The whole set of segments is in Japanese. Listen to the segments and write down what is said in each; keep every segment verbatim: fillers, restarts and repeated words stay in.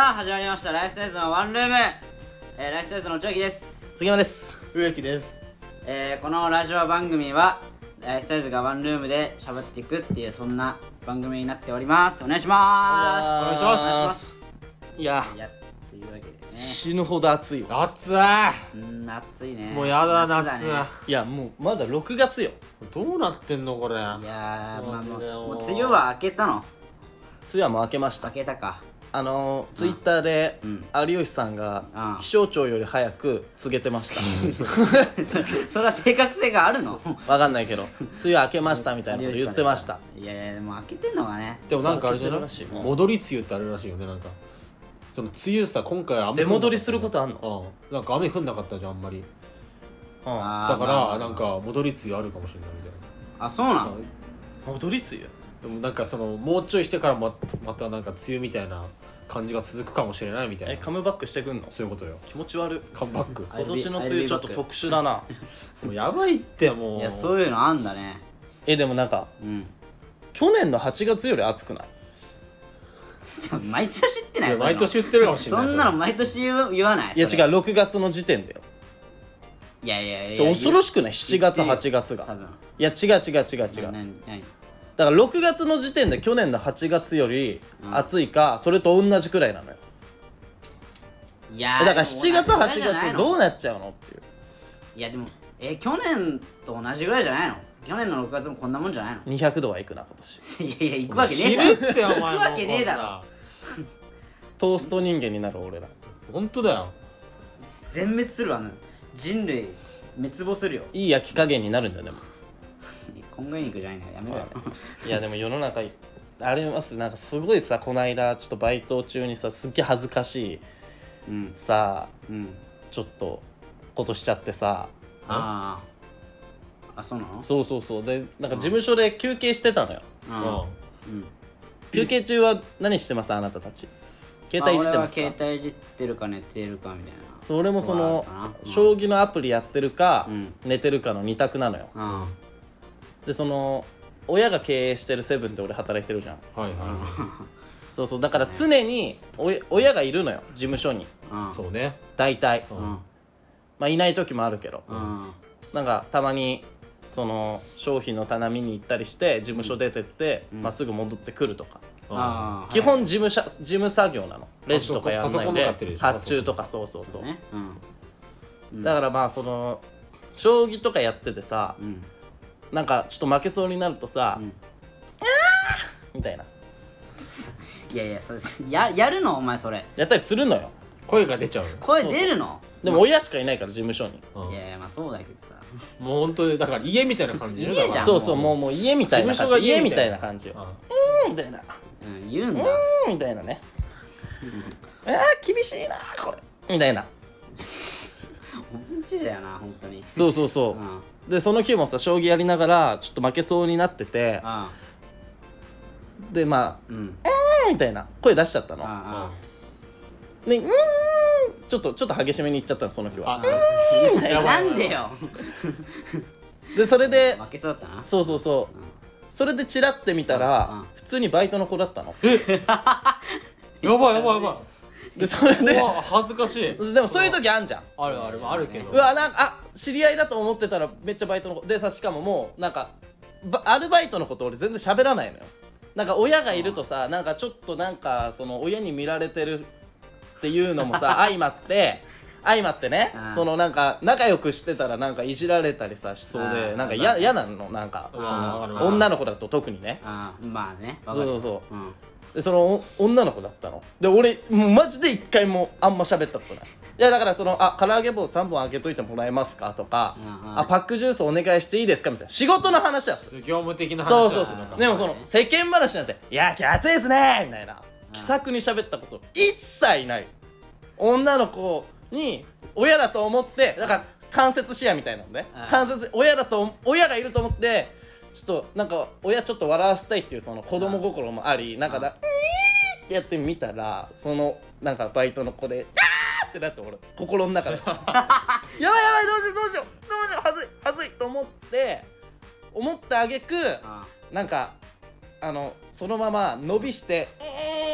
さあ始まりましたライフサイズのワンルーム、えー、ライフサイズの内垣です。 杉山です。 植木です。 えー、このラジオ番組はライフサイズがワンルームで喋っていくっていうそんな番組になっております。お願いしまーす。 お願いします。いやいやというわけでね、 死ぬほど暑いよ。 暑い。 うん暑いね。 もうやだ夏。 夏だね。 いやもうまだろくがつよ。 どうなってんのこれ。いやいやーまあもうマジでもうもう梅雨は明けたの。 梅雨はもう明けました。 明けたか。 あのー、ツイッターでうん有吉さんがうん気象庁より早く告げてました。 そそれは正確性があるの？ わかんないけど梅雨明けましたみたいなこと言ってました。 いやいやでも明けてんのがね。 でもなんかあれじゃないそう開けてるらしい戻り梅雨ってあるらしいよね。なんかその梅雨さ今回雨出戻りすることあんの？ うんなんか雨降んなかったじゃんあんまり。 うんあーだかまあまあらなんか戻り梅雨あるかもしれないみたいな。 あそうなの？ 戻り梅雨。 でもなんかそのもうちょいしてからままたなんか梅雨みたいな感じが続くかもしれないみたいな。 えカムバックしてくんの？ そういうことよ。 気持ち悪い。 カムバック。 今年の梅雨ちょっと特殊だな。 もうやばいってもう。 いやそういうのあんだね。 えでもなんかうん去年のはちがつより暑くない？ 毎年言ってないいやそういうの毎年言ってるかもしれない。 そんなの毎年言う言わない。 いやそれ違うろくがつの時点だよ。 いやいやいちょや恐ろしくないしちがつはちがつが。 多分いや違う違う違う違う。だか何何らろくがつの時点で去年のはちがつより暑いか、それと同じくらいなのよ。 いやえだからしちがつはちがつどうななっちゃうのっていう。 いやでもえ去年と同じぐらいじゃないの？去年のろくがつもこんなもんじゃないの？ にひゃくどはいくな今年。 いやいや行くわけね知えだろるってお前も行くわけねえだろ。 トースト人間になる俺ら。 本当だよ。 全滅するわね。人類滅亡するよ。 いい焼き加減になるんだよでも。 コンガイ肉じゃないのやめろよ。 いやでも世の中ありますなんかすごいさこの間ちょっとバイト中にさすっげえ恥ずかしいうんさうんちょっとことしちゃってさ。 あああそうなの？ そうそうそうでなんか事務所で休憩してたのよ。 うんうんうん休憩中は何してますあなたたち？携帯いじってますか？ あ俺は携帯いじってるか寝てるかみたいな。 それもそのそうあるかな将棋のアプリやってるか、 うん寝てるかのに択なのよ。 うんでその親が経営してるセブンで俺働いてるじゃん。 はいはそうそうだから常にお親がいるのよ事務所にうんい。そうね。 大体、 ううんまあいない時もあるけど、 うんなんかたまにその商品の棚見に行ったりして事務所出てって、 うんまあ、すぐ戻ってくるとか、 あー基本事務しゃ事務作業なの。レジとかやらパソコンとないでかやってるでしょ発注とかそうそうそう、 ねうんだからまあその将棋とかやっててさうんなんかちょっと負けそうになるとさ、 うんみたいないやいやそれややるのお前それやったりするのよ。 声が出ちゃうよ。 声出るの？ でも親しかいないから事務所に。 うんいやいやまあそうだけどさもう本当にだから家みたいな感じ家じゃんだからそうそうもうもう家みたいな事感じ家み務所が家みたいなたいな感じよ。 うんみたいなうん言うんだみたいなね。あー厳しいなこれみたいな。 本気だよな本当にそうそうそううんう。でその日もさ将棋やりながらちょっと負けそうになっててあでまうんあ「うーん」みたいな声出しちゃったの。 あで「うーん」ちょっとちょっと激しめに言っちゃったのその日は。 あやばいなんでよでそれで負けそうだったなそうそうそうそれでチラって見たうんら普通にバイトの子だったの。 やばいやばいやばでそれい。 でうわ恥ずかしい。 でもそういう時あんじゃん。 あるあるあるけど。 うわなんかあ知り合いだと思ってたらめっちゃバイトの子でさしかももうなんかばアルバイトのこと俺全然喋らないのよ。なんか親がいるとさなんかちょっとなんかその親に見られてるっていうのもさ相まって相まってねうんそのなんか仲良くしてたらなんかいじられたりさしそうでうんなんか嫌嫌なのなんかそうんわかるわの女の子だと特にね。 ああまあねわかるそうそうそううんでそのお女の子だったので俺もうマジで一回もあんま喋ったことない。いやだからそのあ唐揚げ棒さんぼん開けといてもらえますかとか、 うんうんあパックジュースお願いしていいですかみたいな仕事の話はする。 業務的な話そうそうそうなんかでもその世間話なんていや今日暑いですねみたいな気さくに喋ったこと一切ない。女の子に親だと思ってだから間接視野みたいなのねうん間接親だと親がいると思ってちょっとなんか親ちょっと笑わせたいっていうその子供心もありなんかだってやってみたらそのなんかバイトの子で「あー!」ってなって俺心の中でやばいやばいどうしようどうしようどうしようはずいはずいと思って思ったあげくあなんかあのそのまま伸びして「えー!」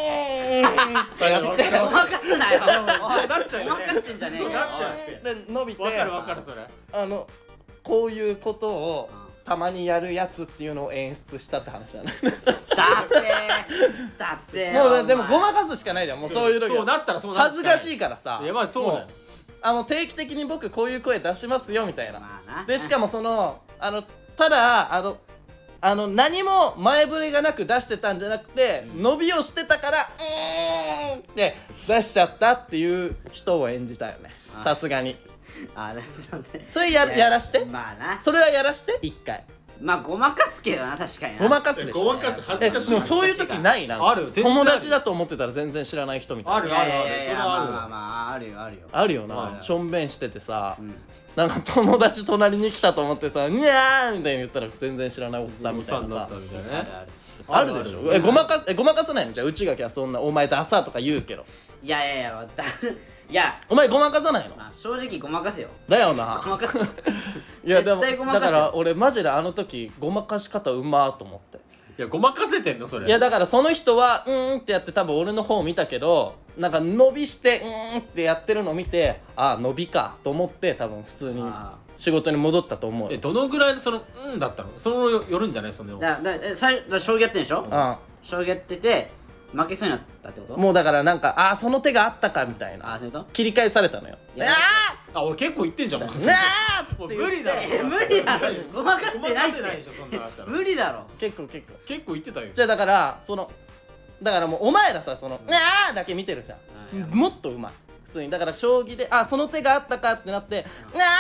ってやってごまかすなよそうなっちゃうよねごまかしてんじゃねえよそうなっちゃうってで伸びてわかるわかるそれあのこういうことをうんたまにやるやつっていうのを演出したって話だねダッセーダッセーもうだでもごまかかすしかないじゃんもうそういう時はそうなったらそうなる恥ずかしいからさいやまあそうだよもあの定期的に僕こういう声出しますよみたいな、 まあなでしかもそのあのただあのあの何も前触れがなく出してたんじゃなくて、 うん伸びをしてたからうーんって出しちゃったっていう人を演じたよねあさすがにあでもそうねそれやいやらしてまあなそれはやらして一回まあごまかすけどな確かになごまかすでしょごまかす恥ずかしいえでもそういう時ないなある全然ある友達だと思ってたら全然知らない人みたいなあるいやいやいやいやそれはあるわまあまあまああるよあるよあるよあるなしょんべんしててさ、 うんなんか友達隣に来たと思ってさ「にゃー」みたいに言ったら全然知らないおっさんみたいなさおっさんだったみたいなねあるあるあるでしょえごまかすえごまかさないのじゃあ内垣はそんな「お前ダサ」とか言うけどいやいやいやだいやお前ごまかさないのまあ正直ごまかせよだよなごまかすいやでも絶対ごまかすだから俺マジであの時ごまかし方うまーと思っていやごまかせてんのそれいやだからその人はうーんってやって多分俺の方を見たけどなんか伸びしてうーんってやってるのを見てああ伸びかと思って多分普通にあ仕事に戻ったと思うよえどのぐらいのそのうんだったのそのよよるんじゃないそのだだえ最だ将棋やってんでしょあ将棋やってて負けそうになったってこともうだからなんかああその手があったかみたいなあそういうこと切り返されたのよいやあ俺結構言ってんじゃんもううわーもうって言って無理だろえ無理だろごまかごましてないっかせないでしょそんなのあったらて無理だろ結構結構結構言ってたよじゃあだからそのだからもうお前らさその「うわー」だけ見てるじゃうんんもっとうまい普通にだから将棋であその手があったかってなって「うわ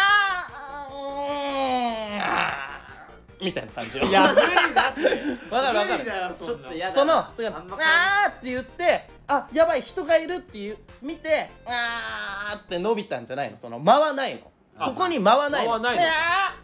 ー」みたいな感じよいや無理だってわかるわかる無理だよそんなちょっとやだそのそれが「 あんまあー」って言ってあやばい人がいるっていう見て「あー」って伸びたんじゃないのその間はないのあここに間はないの間はないのあー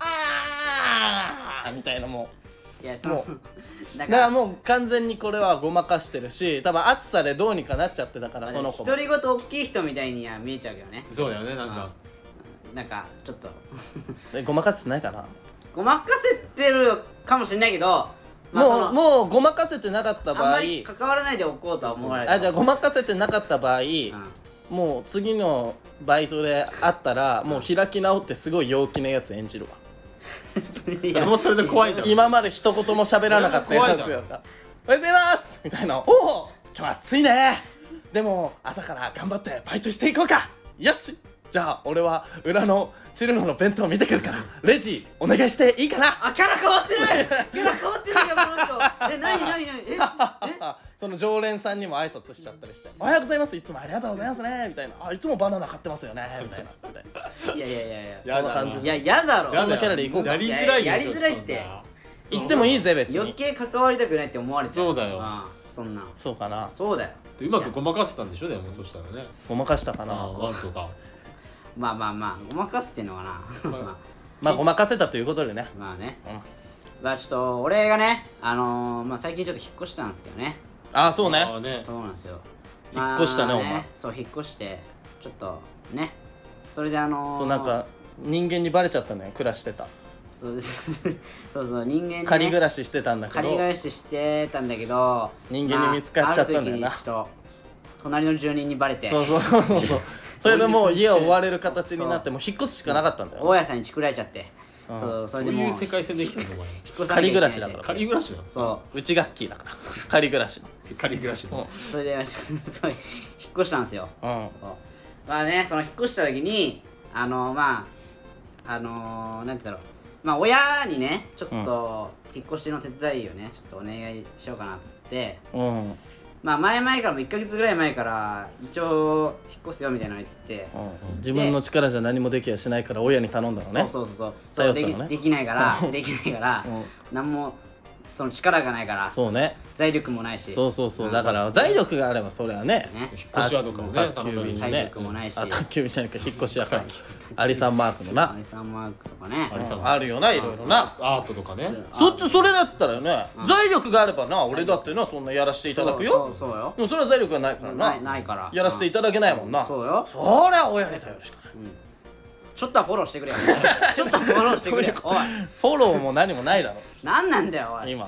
あーみたいなもういやそのもだだからもう完全にこれはごまかしてるし多分暑さでどうにかなっちゃってたからその子も独り言大きい人みたいには見えちゃうけどねそうだよねなんかなんかちょっとえごまかせてないかなごまかせてるかもしれないけどまあそのもうもうごまかせてなかったあん場合まり関わらないでおこうとは思われるあじゃあごまかせてなかった場合うんもう次のバイトで会ったらもう開き直ってすごい陽気なやつ演じるわいそれもそれで怖いだろ今まで一言も喋らなかったやつやった「おはようございます!」みたいな「おお今日暑いねでも朝から頑張ってバイトしていこうかよしじゃあ俺は裏のチルノの弁当見てくるからレジお願いしていいかなあキャラ変わってるキャラ変わってるよこの人え何何何ええその常連さんにも挨拶しちゃったりして「おはようございますいつもありがとうございますね」みたいな「あいつもバナナ買ってますよね」みたいなみたいないやいやいやいややだそんな感じいややだろそんなキャラで行こうかやりづらいよやりづらいってちょと言ってもいいぜ別に余計関わりたくないって思われちゃうそうだよんそんなんそうかなそうだよそんなうまくごまかせたんでしょでもそしたらねごまかしたかあなワンとかまあまあまあごまかすっていうのかなままあごまかせたということでねあまあねうんまあちょっと俺がねあのーまあ最近ちょっと引っ越したんですけどねああそうねあねそうなんですよ引っ越したねまあお前そう引っ越してちょっとねそれであのー、 そうなんか人間にバレちゃったのよ暮らしてたそうですそうそう人間に、ね、 仮暮らししてたんだけ仮ど暮らししてたんだけど人間に見つかっちゃったんだよなまあある時にちょっと隣の住人にバレてそうそうそうそうそれでもう家を追われる形になってもう引っ越すしかなかったんだよ大家さんにチクられちゃって、 うんそうそそうれでもういう世界線で生きてるのお前引っ越さなきゃいけない仮暮らしだから仮暮らしなのそ内学期だから仮暮らしの仮暮らしのうそれでそう引っ越したんですようんそうまあねその引っ越した時にあのまああのー、なんて言うんだろうまあ親にねちょっと引っ越しの手伝いをねちょっとお願いしようかなってうんうんまあ前々からもいっかげつぐらい前から一応引っ越すよみたいなの言ってて、 自分の力じゃ何もできやしないから親に頼んだのねそうそうそうそうでき頼ったのねできないからうんできないからうん何もその力がないからそうね財力もないしそうそうそううんだから財力があればそれはねね引っ越し屋とかもねあ宅急便に体ね力もないしあ宅急便じゃなくて引っ越し屋かアリさんマークのなアリサンマークとかねアリさんあるよないろいろなアートとかねそっちそれだったらねうん財力があればな俺だってなそんなやらせていただくよそうそうそうよでもそれは財力がないからなないないからやらせていただけないもんなそうよそりゃ親に頼るしかないちょっとはフォローしてくれよちょっとはフォローしてくれよおいフォローも何もないだろ何なんだよおい今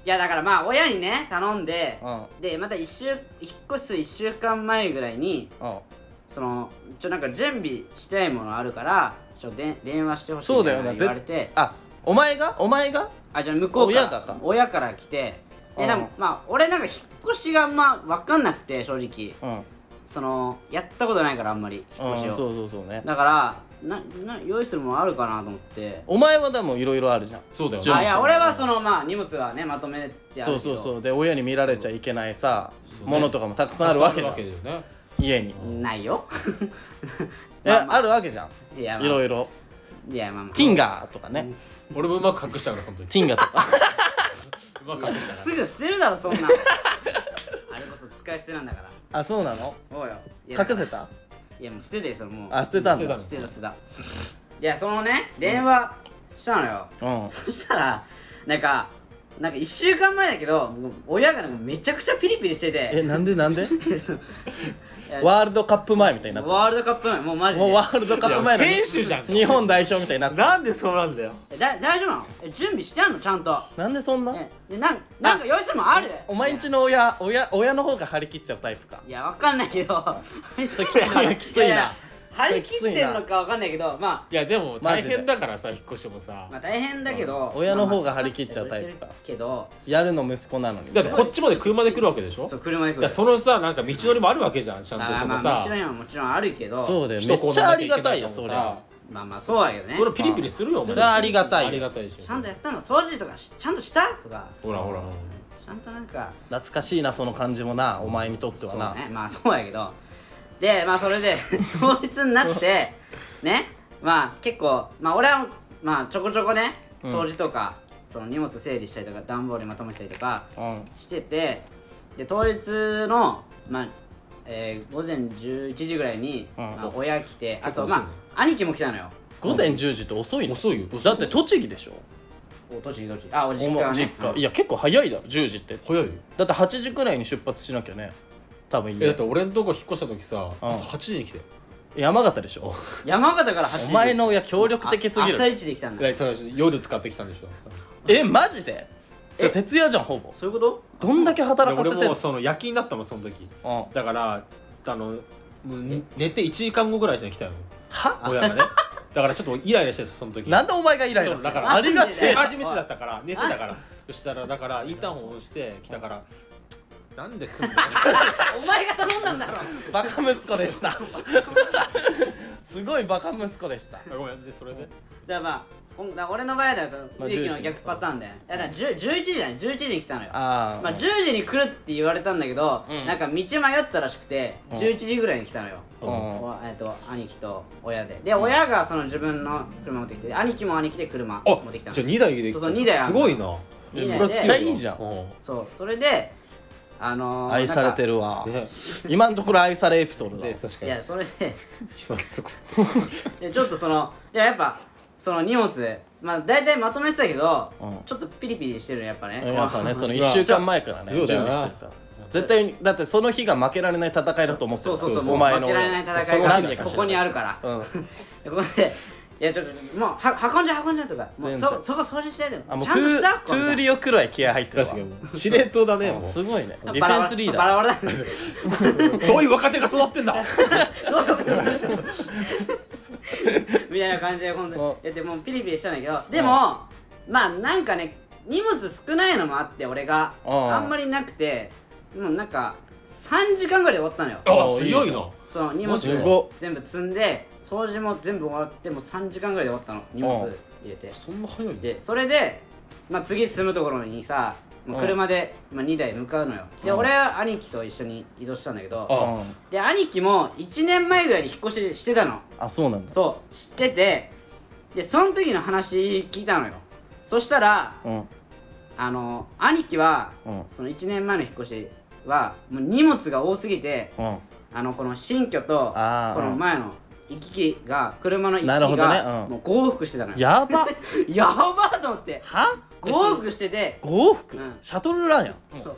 いやだからまあ親にね頼んで、 うんでまた一週引っ越すいっしゅうかんまえぐらいにうんそのちょなんか準備したいものあるからちょで電話してほしいそうだよなみたいな言われて、 あお前がお前があじゃあ向こうから親がか親から来てでなんかうんまあ俺なんか引っ越しがあんま分かんなくて正直うんそのやったことないからあんまり引っ越しを、 うんそうそうそうねだからなな用意するものあるかなと思ってお前はでもいろいろあるじゃんそうだよ準備あいや俺はそのまあ荷物はねまとめてあるけどそうそうそうで親に見られちゃいけないさそうねものとかもたくさんあるわけじゃんたくさんあるわけだよね。 家にないよえまあまああるわけじゃんいやまあいろいろいやまあまあティンガーとかね俺もうまく隠したから本当に。 ティンガーとかうまく隠したかすぐ捨てるだろそんなのあれこそ使い捨てなんだからあそうなのそうよいや隠せたいやもう捨ててそれもうあ捨てたんだ捨てたの捨てた捨てたいやそのね電話したのよ、 うんそしたらなんかなんかいっしゅうかんまえだけどもう親がなんかめちゃくちゃピリピリしててえなんでなんでそういやワールドカップ前みたいになってワールドカップ前もうマジでもうワールドカップ前のいや選手じゃん日本代表みたいになってら。なんでそうなんだよ。 えだ大丈夫なのえ準備してあんのちゃんとなんでそんなえでなんなんか用意するもんあるお前んちの親親親の方が張り切っちゃうタイプかいやわかんないけどそれきついなきついなや張り切ってんのかわかんないけどまあいやでも大マジで変だからさ引っ越しもさ。 まあ大変だけど親の方が張り切っちゃうタイプかけどやるの息子なのにだってこっちまで車で来るわけでしょ。 そう車で来るいやそのさなんか道のりもあるわけじゃんちゃんとあーまあそのさもちろんはもちろんあるけどそうだよ首都高めっちゃありがたいよそれは乗んなきゃいけないからもまあまあそうだけどねそれピリピリするよお前それはありがたいよありがたいでしょちゃんとやったの掃除とかしちゃんとしたとかほらほらちゃんとなんか懐かしいなその感じもなお前にとってはそうなねまあそうやけどでまあそれで当日になってねまあ結構まあ俺はまあちょこちょこねうん掃除とか、その荷物整理したりとか段ボールにまとめたりとかうんしててで当日のまあえー、午前じゅういちじぐらいに、 うんまあ、親来てあと結構遅いねまあ兄貴も来たのよ午前じゅうじって遅いの遅いよだって栃木でしょお栃木栃木あお実お家はね実家いや結構早いだろじゅうじって早いよ。 だってはちじくらいに出発しなきゃね多分いいえだって俺んとこ引っ越した時さうん朝はちじに来て。 山形でしょ山形からはちじお前の親協力的すぎるあ朝一で来たんだいやその夜使ってきたんでしょ。 えマジでじゃあえ徹夜じゃんほぼそういうことどんだけ働かせてんので俺もその夜勤だったもんその時。 うんだからあのもう寝ていちじかんごぐらいに来たよは親がね。だからちょっとイライラしてたその時。 なんでお前がイライラするのそうだからありがちえな初めてだったから寝てたからそしたらだからインターホン押して来たからなんで来んだよお前が頼んだんだろバカ息子でしたすごいバカ息子でしたごめんでそれでだからまあほんだから俺の場合だとまあ植木の逆パターンだよねだからじゅう じゅういちじじゃないじゅういちじに来たのよああまあじゅうじに来るって言われたんだけど、 うんなんか道迷ったらしくてうんじゅういちじぐらいに来たのよ、 うんおえっと兄貴と親でで親がその自分の車持ってきて兄貴も兄貴で車持ってきたのじゃあにだいでそうそうにだいあんのすごいなにだいでそれは強めっちゃいいじゃんうそうそれであのー、 愛されてるるわね今のところ愛されエピソードだで確かにいやそれで今のとこでちょっとそのいややっぱその荷物まあ大体まとめてたけど、 うんちょっとピリピリしてるねやっぱねやっぱねそのうわいっしゅうかんまえからね準そうだよな備してるから絶対にだってその日が負けられない戦いだと思ってるそうそうそうもうお前の負けられない戦そいがの何でか知らないここにあるからうんでここでいやちょっともうは運んじゃ運んじゃとかもう全然そそこ掃除してであもうちゃんとしたトゥーリオくらい気合入ってるわ確かにもう司令塔だねもうすごいねディフバラバラェンスリーダーバラバラなんですどういう若手が育ってんだみたいな感じで今度うやってもうピリピリしたんだけどでもまあなんかね荷物少ないのもあって俺がうんあんまりなくてもうなんかさんじかんぐらいで終わったのよあいい強いなその荷物すごっ全部積んで掃除も全部終わってもうさんじかんぐらいで終わったの荷物入れてそんな早いねでそれで、まあ、次住むところにさもう車で、まあ、にだい向かうのよで、 うん俺は兄貴と一緒に移動したんだけどあうんで兄貴もいちねんまえぐらいに引っ越ししてたのあそうなんだそう知っててでその時の話聞いたのよそしたらうんあの兄貴はうんそのいちねんまえの引っ越しはもう荷物が多すぎてうんあのこの新居とあーこの前の行き来が車の行きなるほ来がどねうんもうご往復してたのよやばやばと思ってはご往復しててご往復うんシャトルランやんそう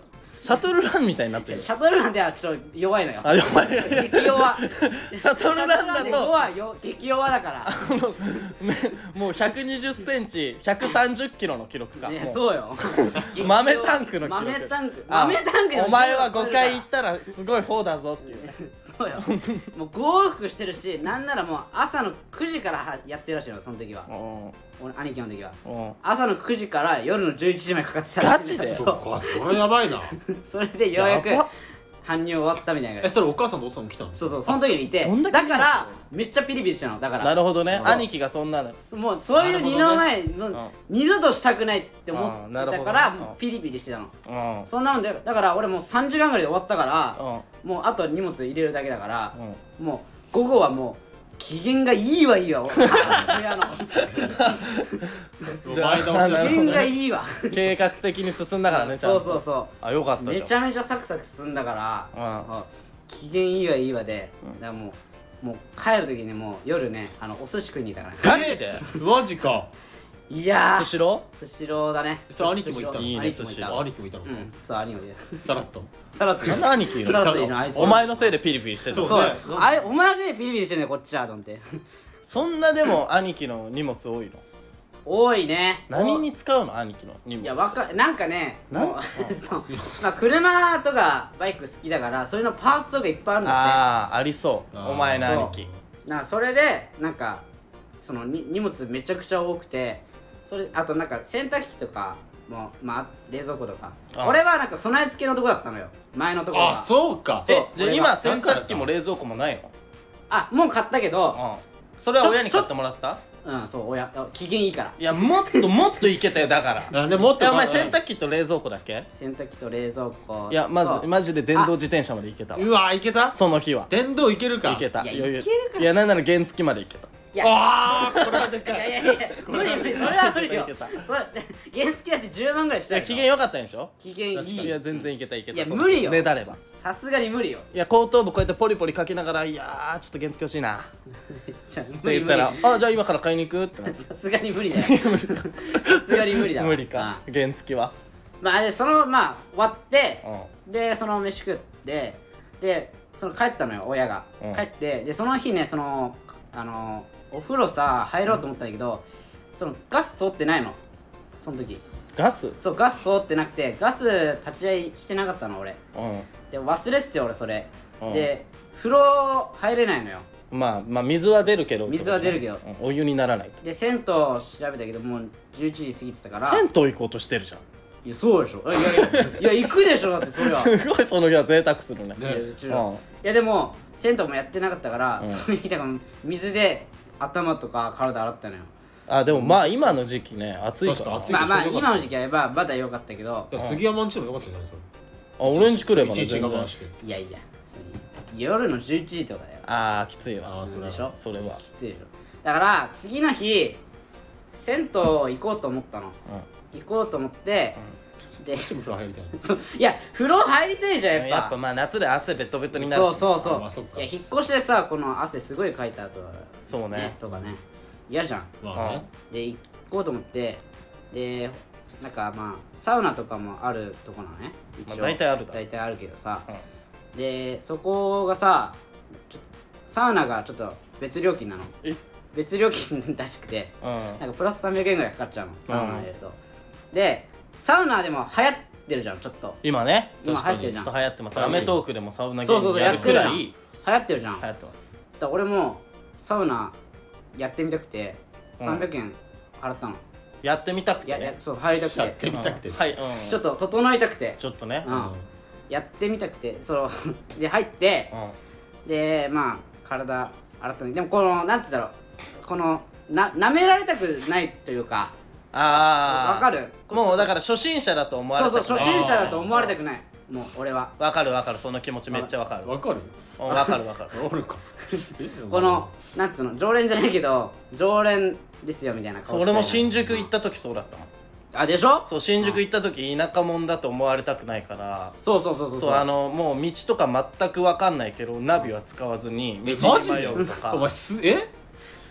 シャトルランみたいになってるシャトルランではちょっと弱いのよあ弱い激弱シャトルランだシャトルランでと弱いよ激弱だからもうひゃくにじゅっセンチひゃくさんじゅっキロの記録か、 ねもうそうよ豆タンクの記録豆タンクあ豆タンクでもお前はごかい行ったらすごい方だぞっていうねそうよもうご往復してるしなんならもう朝のくじからはやってるらしいのその時は俺兄貴の時はうんうん朝のくじから夜のじゅういちじまでかかってたガチでそうそっかそれやばいなそれでようやくやばっ搬入終わったみたいなえそれお母さんとお父さんも来たのそうそうその時にいてどんだけだからめっちゃピリピリしたのだからなるほどねそう兄貴がそんなのもうそういう二の前のうん二度としたくないって思あーなるほどってたからうんもうピリピリしてたのうんうんそんなもんでだから俺もうさんじかんぐらいで終わったからもうあと荷物入れるだけだからうんもう午後はもう機嫌がいいわいいわ親のお前のなるほどね機嫌がいいわ計画的に進んだからねちゃんとそうそうそあよかっうたじゃんめちゃめちゃサクサク進んだからうんあ機嫌いいわいいわでうんだからもうもう帰る時にもう夜ねあのお寿司食いに行ったからねガチでマジかいやースシロスシローだねそれ兄貴も行ったのスシローいいね兄貴も行ったスシロー兄貴もいたのうんそう兄貴もいたさらっとさらっとーなんで兄貴いるさのらっといいのあいつお前のせいでピリピリしてるのそうそうねあれお前のせいでピリピリしてんねこっちはと思ってそんなでも兄貴の荷物多いの多いね何に使うの兄貴の荷物いやわかなんかねなんもうそうまあ車とかバイク好きだからそういうのパーツとかいっぱいあるんだっああありそうあーお前の兄貴てなんかそれでなんかそのに荷物めちゃくちゃ多くてそれあとなんか洗濯機とかもまあ冷蔵庫とかあ俺はなんか備え付けのとこだったのよ前のところがあそうかそうえじゃあ俺が今洗濯機も冷蔵庫もないのあもう買ったけどうんそれは親に買ってもらったうんそう親機嫌いいからいやもっともっといけたよだからなんでもっとえお前洗濯機と冷蔵庫だけ洗濯機と冷蔵庫いやまずとマジで電動自転車まで行けたわうわいけたその日は電動いけるか行けたいや余裕いけるからいやなんなら原付まで行けたいやああこれはでいかいやいやいや無理無理それは無理よいけたいけそれ原付だってじゅうまんぐらいしいたよや機嫌良かったんでしょ機嫌い確かにいいや全然いけたいけたいやその無理よねだればさすがに無理よいや後頭部こうやってポリポリかけながらいやーちょっと原付欲しいなってじゃあ言ったら無理無あじゃあ今から買いに行くってなって理さすがに無理だよさすがに無理だわ無理かうん原付はまあでそのまあ終わってうでその飯食ってでその帰ったのよ親がうん帰ってでその日ねそのあのお風呂さ入ろうと思ったんだけどそのガス通ってないのその時ガスそうガス通ってなくてガス立ち会いしてなかったの俺うんで忘れてて俺それうんで風呂入れないのよまあまあ水は出るけど水は出るけどうんお湯にならないで銭湯調べたけどもうじゅういちじ過ぎてたから銭湯行こうとしてるじゃんいやそうでしょいやいやいや行くでしょだってそれはすごいその日は贅沢するねいやねうちらいやでも銭湯もやってなかったから、 うんその日だから水で頭とか体洗ったのよあでもまあ今の時期ね暑いから確か暑いまあまあちょうどよかった今の時期はまあまだ良かったけどいや杉山んちでもよかったじゃないですかあ俺んち来ればねいちいち全然我慢していやいやその夜のじゅういちじとかだよああきついわああそれはでしょそれはきついでしょだから次の日銭湯行こうと思ったの行こうと思って、でこっちも風呂入りたいそういや風呂入りたいじゃんやっぱやっぱまあ夏で汗ベトベトになるしそうそうそう、 あまあそっかいや引っ越してさこの汗すごいかいた後そうねとかね嫌じゃんまあねで行こうと思ってでなんかまあサウナとかもあるとこなのね一応、 まあ大体あるだろ大体あるけどさ、 うんでそこがさちょサウナがちょっと別料金なのえ別料金らしくてうんなんかプラスさんびゃくえんぐらいかかっちゃうのサウナ入れると、でサウナでも流行ってるじゃんちょっと今ね今確か流行ってるじゃんにちょっと流行ってますア流行ってるメトークでもサウナ芸そうそうそう人やるくらい流やってる流行ってるじゃん行ってますだから俺もサウナやってみたくてうんさんびゃくえん払ったの、 やってみたくていやいやねそう入りたくやっててみたくてうんはいうんちょっと整いたくてちょっとねうんやってみたくてそので入ってうんでまあ体洗ったんででもこのなんて言うんだろうこのな舐められたくないというかああわかるもうだから初心者だと思わそうそうれたくない初心者だと思われたくないもう俺はわかるわかるその気持ちめっちゃわかるわかるうんわかるわかるおるかこのなんつうの常連じゃないけど常連ですよみたいな顔そう俺も新宿行った時そうだったもんあでしょそう新宿行った時田舎者だと思われたくないからそうそうそうそうそうあのもう道とか全く分かんないけどナビは使わずに道に迷うとかお前すえ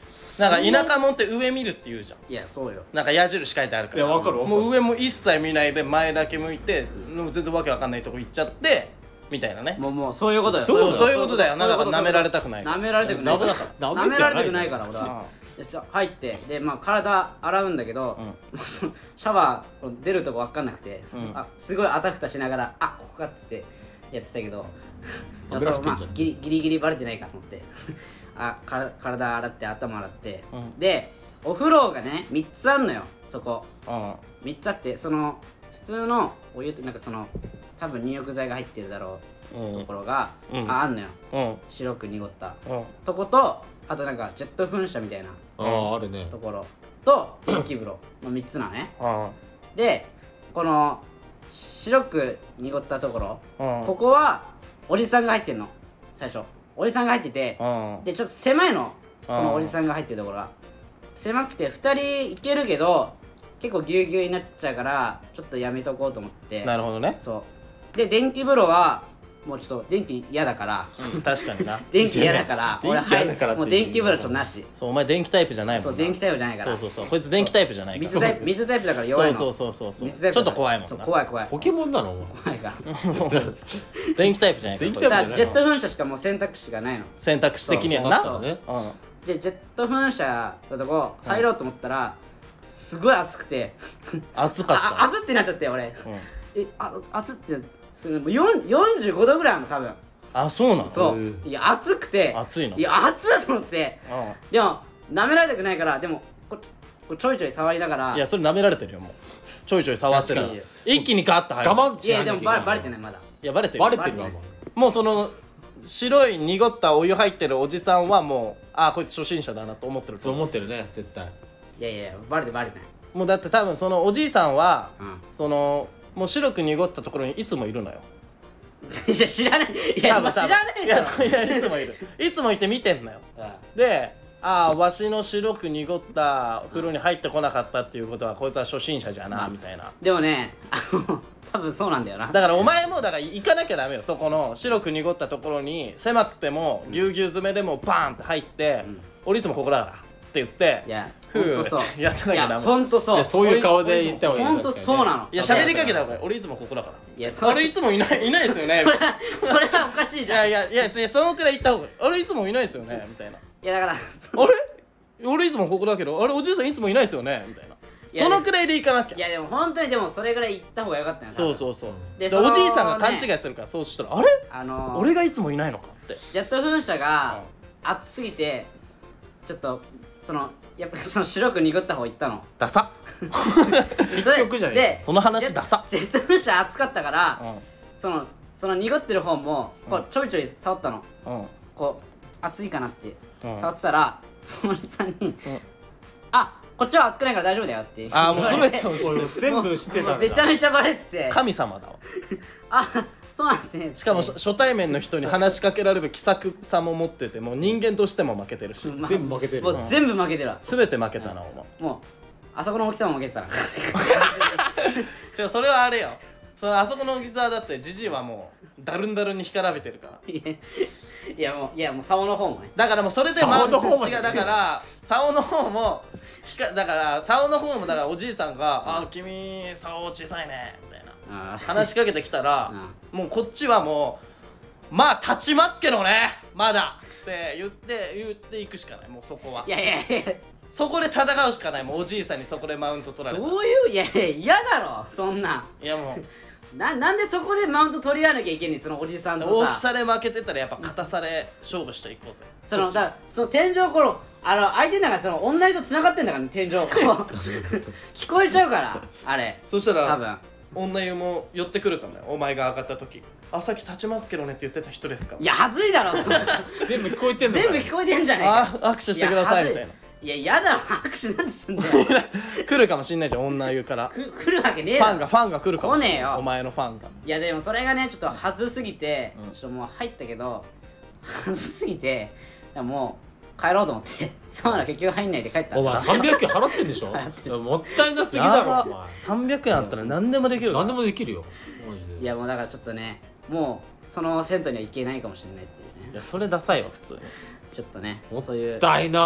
なんか田舎もんって上見るって言うじゃん。 いやそうよ。 なんか矢印書いてあるからいやわかるわかるもう上も一切見ないで前だけ向いてもう全然わけわかんないとこ行っちゃってみたいなね。 もうもうそういうことよ。 そうそういうことだよ。なんかそういうこと舐められたくない。 舐められたくない舐めだから舐められたくないから俺うんは。でさ入ってでまあ体洗うんだけど、もうそのシャワー出るとこ分かんなくて、 うんあすごいあたふたしながらあここかってやってたけど、 舐められてんじゃんまあ、ギリギリギリバレてないかと思ってあか体洗って頭洗って、 うんでお風呂がねみっつあんのよそこ。 うんみっつあってその普通のお湯ってなんかその多分入浴剤が入ってるだろうところが、 うんああんのよ。 うん白く濁ったうんとことあとなんかジェット噴射みたいなあああるねところと電気風呂のみっつなのね。 うんでこの白く濁ったところ、 うんここはおじさんが入ってんの最初。おじさんが入ってて、 うんでちょっと狭いのこのおじさんが入ってるところは狭くてふたり行けるけど結構ぎゅうぎゅうになっちゃうからちょっとやめとこうと思ってなるほどね。 そうで電気風呂はもうちょっと電気嫌だからうん確かにな。 電気嫌だから電気嫌だからってもう電気風呂ちょっとなし。 そうお前電気タイプじゃないもんな。 そう電気タイプじゃないからそうそうそうこいつ電気タイプじゃないから。 水タイプ水タイプだから弱いの。 そうそうそうそう水タイプちょっと怖いもんな。 そう怖い怖いポケモンなのお前怖いからそう電気タイプじゃないから。 電気タイプだからジェット噴射しかもう選択肢がないの。 選択肢的にはそうな。 そうだったのねうんでジェット噴射のとこ入ろうと思ったら、すごい暑くて暑かあっ熱ってなっちゃって俺た。うんえあ熱ってするもうよんよんじゅうごどぐらいあるの多分。 あそうなの。 そうへいや暑くて暑いの。 いや暑いと思ってうでも舐められたくないからでもここちょいちょい触りながらんいやそれ舐められてるよもう。ちょいちょい触ってたら確かに一気にガッと入る。 我慢しいやでもバレないといけないバレてないまだ。 いやバレてる。 バレてるわバレてもうその白い濁ったお湯入ってるおじさんはもうあこいつ初心者だなと思ってるとそう思う。 思ってるね絶対いやいやいやバレてバレてない。 もうだって多分そのおじいさんはうんそのもう白く濁ったところにいつもいるのよ。 いや知らないいや多分知らないいやいやいつもいるいつもいて見てんのよ。 うでああわしの白く濁った風呂に入ってこなかったっていうことはこいつは初心者じゃなみたいな。 んでもねあの多分そうなんだよな。 だからお前もだから行かなきゃダメよそこの白く濁ったところに狭くてもぎゅうぎゅう詰めでもバーンって入って、 うん俺いつもここだからって言っていやふうほんとそうやってなきゃダメ。 いやほんとそういやそういう顔で言った方がいいほんとそうなの。 いや喋りかけた方がいい。俺いつもここだからいやそあれいつもいないいないですよねみたいな。 それはおかしいいじゃん。 やいやいやいやそのくらい言った方がいい。あれいつもいないですよねみたいな。 いやだからあれ俺いつもここだけどあれおじいさんいつもいないですよねみたいな。 いやそのくらいで行かなきゃ。 いやでも本当にでもそれぐらい言った方がよかったよ。 そうそうそうでそのでおじいさんが勘違いするからそうしたらあれあのー、 俺がいつもいないのかって。 ジェット噴射が熱すぎてちょっとそのやっぱその白く濁った方行ったの。 ダサそれ曲じゃねえでその話ダサ。 ジェット噴射熱かったから、 うんそのその濁ってる方もこうちょいちょい触ったの。 うんこう熱いかなってうん触ってたら、そのおじさんに、あこっちは熱くないから大丈夫だよってああもうそれ言われて俺全部知ってたんだめちゃめちゃバレてて神様だわ。 あそうなんですね。 しかも初初対面の人に話しかけられる気さくさも持っててもう人間としても負けてるしまあ全部負けてるもう全部負けてるわ。 全て負けたなお前。 もうあそこの大きさも負けてたから違うそれはあれよそのあそこの大きさだってジジイはもうダルンダルンに干からびてるからいやいやもういやもう竿の方もね。 だからもうそれで竿の方も違うだから竿の方もひかだから竿の方もだからおじいさんが「あ君竿小さいね」みたいなあー話しかけてきたらもうこっちはもうまあ立ちますけどねまだって言って言っていくしかないもうそこはいやいやいやそこで戦うしかないもうおじいさんにそこでマウント取られたどういういやいや嫌だろそんないやもうななんでそこでマウント取り合わなきゃいけんねんそのおじさんとさ大きさで負けてたらやっぱ硬さで勝負していこうぜそのだからその天井このあの相手の中その女と繋がってんだからね天井こう聞こえちゃうからあれそしたら多分女湯も寄ってくるかもねお前が上がった時「あさっき立ちますけどね」って言ってた人ですかいやはずいだろ全部聞こえてんのかよ全部聞こえてんじゃねえあか握手してくださいみたいないや嫌だろ握手なんですんだよ来るかもしんないじゃん女湯からく来るわけねえフだろァンがファンが来るかもしれ来ねえよないお前のファンがいやでもそれがねちょっとはずすぎて、 うんちょっともう入ったけどはずすぎていやもう帰ろうと思ってサウナ結局入んないで帰ったお前さんびゃくえん払ってんでしょ払ってるもったいなすぎだろやばお前さんびゃくえんあったら何でもできる何でももできるよマジでいやもうだからちょっとねもうその銭湯には行けないかもしれないっていうねいやそれダサいわ普通にちょっとねもっそういうたいな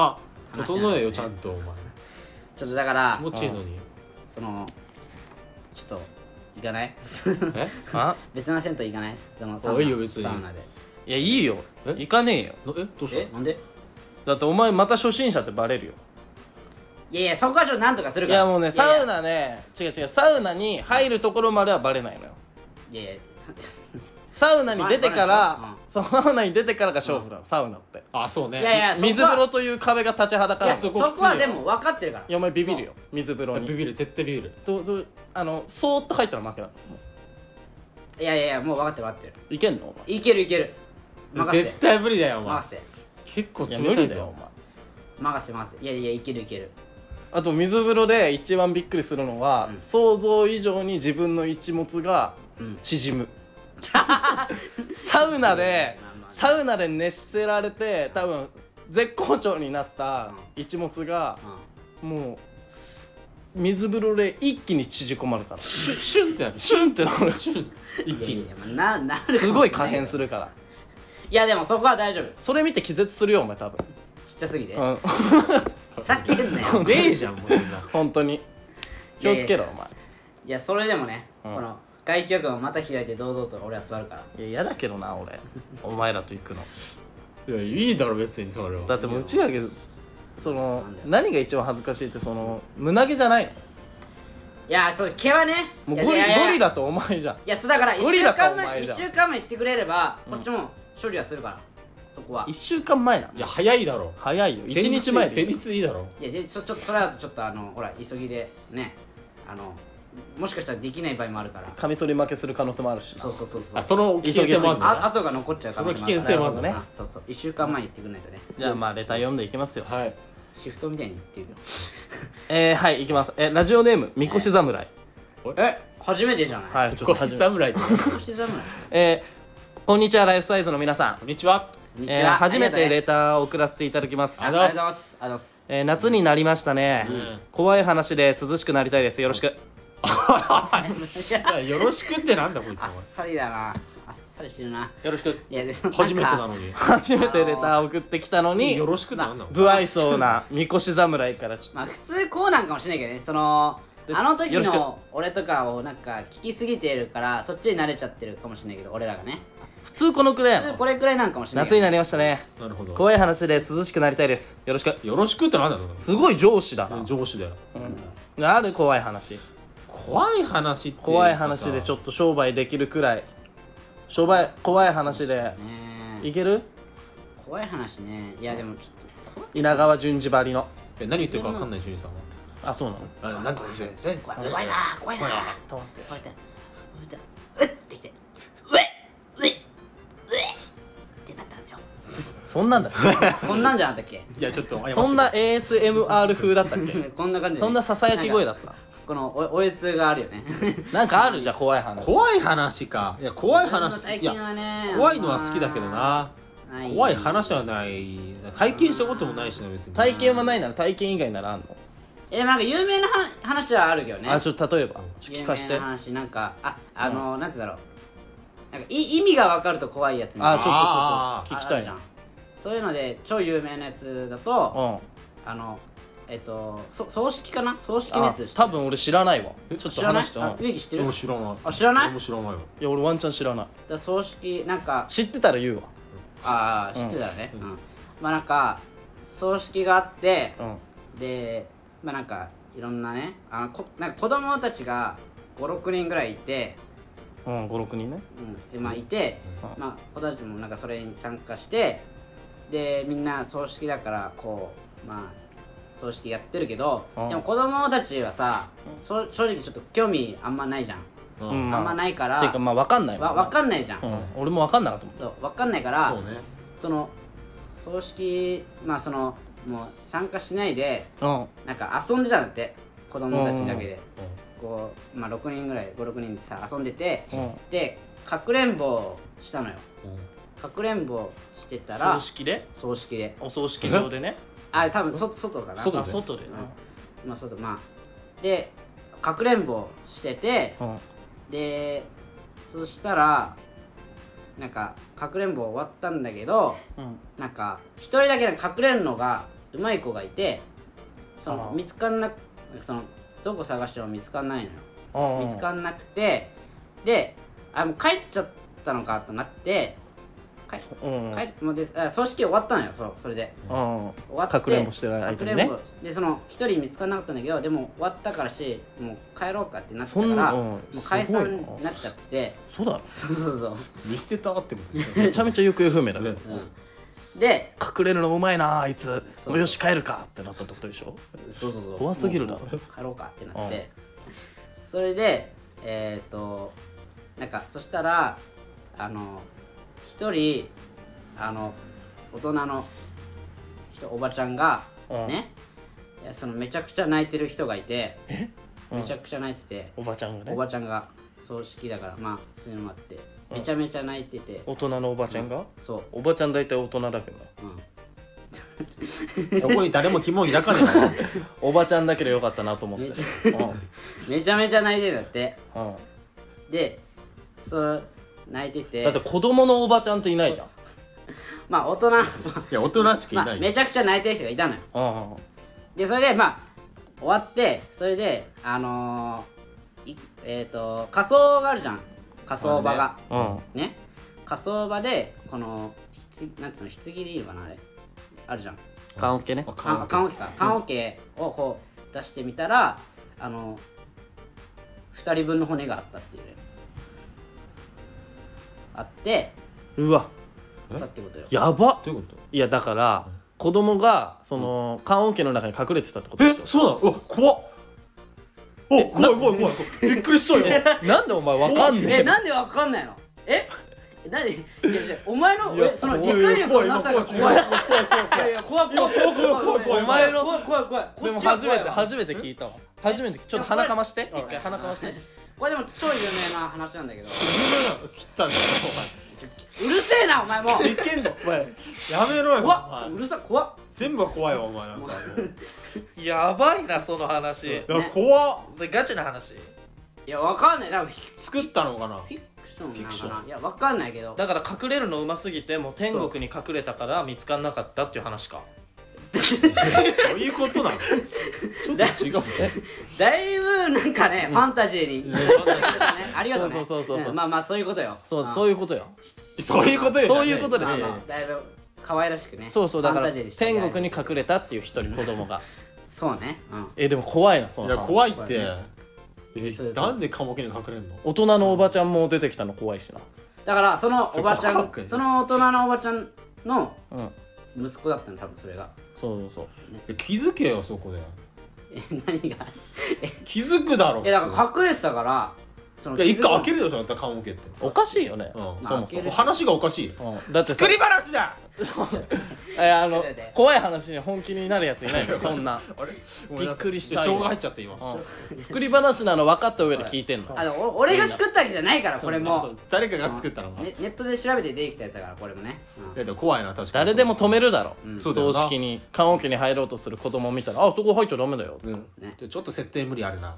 話整えよちゃんとお前ちょっとだから気持ちいいのにそのちょっと行かないえあ別の銭湯行かないそのサウナあいいよ別にサウナでいやいいよえ行かねえよのえどうしたえなんでだってお前また初心者ってバレるよいやいやそこはちょっとなんとかするからいやもうねいやいやサウナね違う違うサウナに入るところまではバレないのよいやいやサウナに出てかバレらないサウナに出てからが勝負なのサウナってあそうねいやいやそこは水風呂という壁が立ちはだかいやらいそこはでも分かってるからやお前ビビるよ水風呂にビビる絶対ビビるどどあのそーっと入ったら負けなのいやいやいやもう分かってる分かってるいけんのお前いけるいける任せて絶対無理だよお前任せて結構いや冷たいぞ無理だよお前任せて任せていやいやいけるいけるあと水風呂で一番びっくりするのは、 うん想像以上に自分の一物がうん縮むサウナでまあまあサウナで熱せられて多分絶好調になった一物がうもうす水風呂で一気に縮こまるからシュンシュンってなるシュンってなる一気にんいやいやまあななるかもしれないすごい可変するからいやでもそこは大丈夫それ見て気絶するよお前多分ちっちゃすぎてうん叫んなよねえじゃんもうそんな本当に気をつけろお前いやそれでもねうんこの外気浴をまた開いて堂々と俺は座るからいや嫌だけどな俺お前らと行くのいやいいだろ別にそれはだってもう内垣そのなんだよ何が一番恥ずかしいってその胸毛じゃないのいやそう毛はねもうゴリいやいやいやゴリラとお前じゃんいやそうだから1 ゴリラか週間前一お前じゃん週間前言ってくれればうんこっちも処理はするからそこはいっしゅうかんまえなのいや早いだろ早いよいちにちまえで前日いいだろいやでちょちょっとそれだとちょっとあのほら急ぎでねあのもしかしたらできない場合もあるからカミソリ負けする可能性もあるしなそうそうそうそうあその危険性もあるんだあ後が残っちゃう可能性もあるその危険性もあるんだねなるほどそうそういっしゅうかんまえに言ってくれないとねじゃあまあレター読んでいきますよはいシフトみたいに言ってるよえー、はいいきますえラジオネームみこし侍え初めてじゃないはいちょっと腰始め侍ってこ腰侍えー、こんにちはライフサイズの皆さんんにちはこんにちはえー、初めてレあターを送らせていただきますりがとうございますありがとうございますえー、夏になりましたね、 うん怖い話で涼しくなりたいですよろしくあいやよろしくってなんだこいつっさりだなあっさりしてるなよろしくいやでも初めてなののに初めてレターを送ってきたのによろしくってなんだもん不愛想なみこし侍からちょっとまあ普通こうなんかもしれないけどねそのですあの時よろしの俺とかをなんか聞きすぎてるからそっちに慣れちゃってるかもしれないけど俺らがね普通このくらいや普通のこれくらいなんかもしれない夏になりましたねなるほど怖い話で涼しくなりたいですよろしくよろしくってなんだろすごい上司だな、 上司だようん、ある怖い話怖い話って怖い話でちょっっと商売できるくらい商売怖い話でねいける怖い話ねいやでもちょっと怖い稲川淳二ばりのえ何言ってるか分かんないジュニさんあそうなのはあなんとかですよ怖い怖いな怖いなちょっと待って怖いなうっってきてうえうえうえってなったんですよそんなんだっこんなんじゃなかったっけいやちょっとけそんな エーエスエムアール 風だったっけこんな感じでそんなささやき声だったこのおおえつがあるよねなんかあるじゃん怖い話怖い話かいや怖い話体いや験はね怖いのは好きだけどなない怖い話はない体験したこともないしな別に体験はないなら体験以外ならあんのえなんか有名なは話はあるけどねあちょっと例えばちょっと聞かして有名な話なんかああの、なんて言うんだろうなんかい意味が分かると怖いやつみたいなあちょっとちあょっと聞きたいなあるじゃんそういうので超有名なやつだとうんあのえっとそ葬式かな葬式のあやつ多分俺知らないわちょっと知らないあ話してうんい植木知ってる俺も知らないあ知らない俺も知らないよや俺ワンチャン知らないだ葬式なんか知ってたら言うわああ知ってたよねううんん、まあなんか葬式があってうんでまあなんかいろんなねあのこなんか子供たちがごろくにんぐらいいてうんごろくにんねうんでまあいてうんまあ子たちもなんかそれに参加してでみんな葬式だからこうまあ葬式やってるけどうんでも子供たちはさそ正直ちょっと興味あんまないじゃんううんあんまないからていうかまあ分かんないわ分かんないじゃんうん俺も分かんなかったもんそう分かんないからそうねその葬式まあそのもう参加しないでうんなんか遊んでたんだって子供たちだけでうこうまあろくにんぐらいごろくにんでさ遊んでてうんでかくれんぼをしたのよんかくれんぼしてたら葬式で葬式でお葬式場でねあ多分そ外かな外であ外でまあ外まあでかくれんぼしててうんでそしたらなんかかくれんぼ終わったんだけどうんなんか一人だけかくれんのがうまい子がいて、そのあー見つかんなそのどこ探しても見つかんないのよ。 あー見つかんなくて、であもう帰っちゃったのかとなって、帰うん帰もうであ葬式終わったのよ。そそれでうん終わって、 かくれんぼしてる間にねかくれんぼでその一人見つからなかったんだけど、でも終わったからしもう帰ろうかってなってたから、 そんなうんもう解すごい散なになっちゃってて、 そうだろそうそうそう、 見捨てたってことめちゃめちゃ行方不明だねねうん、で隠れるのうまいなあいつそうもうよし帰るかってなったってことでしょ。 そうそうそう怖すぎるだろもうもう帰ろうかってなって、それでえっ、ー、となんかそしたらあの一人あの大人の人おばちゃんがうんね、いやそのめちゃくちゃ泣いてる人がいて、 うんめちゃくちゃ泣いてて、 おばちゃんがねおばちゃんが葬式だからまあそういうのもあってうんめちゃめちゃ泣いてて、 大人のおばちゃんが、 そう、 おばちゃん大体大人だけどなうん、 そこに誰も疑問抱かねえなおばちゃんだけどよかったなと思ってめちゃめちゃめちゃ泣いてるんだって。 うんうんでそう泣いてて、 だって子供のおばちゃんっていないじゃん。 まあ大人、まいや大人しかいあ、 ないよめちゃくちゃ泣いてる人がいたのよ。 うんでそれでまあ終わって、それであのー、いえっ、ー、と火葬があるじゃん、火葬場がうんね、火葬場でこのひつなんつうの棺でいいのかな、あれあるじゃん、 棺桶ね。 あ棺棺桶か棺桶をこう出してみたら、あのふたりぶんの骨があったっていうね、あってうわあったってことよ。 やば。 どういうこといやだから子供がその棺桶の中に隠れてたってことでしょ。 えそうなのうわ怖っお怖い怖い怖いびっくりしたよなんでお前わかんねえの。 えなんでわかんないの？えなんでいやいやお前のいやえその理解力のなさが怖い。怖い怖い怖いいや怖い怖い怖い怖い怖い怖いお前の怖い怖い怖い。 でもこっちは初めて怖いわ初めて聞いたわ。初めてちょっと鼻かまして一回鼻かまして。 これでも超有名な話なんだけど、 切ったんだようるせえなお前もお前いけんのお前やめろよお怖っ前うるさ怖っ。 全部が怖いわお前なんかもうやばいなその話。 いや怖っそれガチな話。 いやわかんない、多分フィ作ったのかなフィクションなのフィクションかな、いやわかんないけど、 だから隠れるのうますぎてもう天国に隠れたから見つからなかったっていう話か。 そういうことなのちょっと違うねだいぶなんかね、ファンタジーにありがとうね。 そうそうそうそううんまあまあそういうことよ。 そうそういいうことよ。 そういうことよそういうことですまあよまあだいぶ可愛らしくね。 そうそうだからファンタジーにして天国に隠れたっていう一人子供が。 そうね。うんえでも怖いなその話。 いや怖いって怖いねえそうそうなんで棺桶に隠れんの大人のおばちゃんも出てきたの怖いしな。 だからそのおばちゃんそこかっこいいその大人のおばちゃんのうん息子だったの多分それが。 そうそうそう。 え気づけよそこでえ何が気づくだろえだから隠れてたからそのいや一回開けるるでしょだったら棺桶っておかしいよね。 うんそもそまあ開けるも。 話がおかしいようんだってさ作り話だえあのちょっと待って怖い話に本気になるやついないよそんな。 あれびっくりした腸が入っちゃって今うん作り話なの分かった上で聞いてんの。 あのお俺が作ったわけじゃないからこれそもう誰かが作ったのかねネットで調べて出てきたやつだからこれもね。 いやでも怖いな確かに誰でも止めるだろ。 うんそうだよな葬式に棺桶に入ろうとする子供見たらあそこ入っちゃダメだよ。 うんねでちょっと設定無理あるな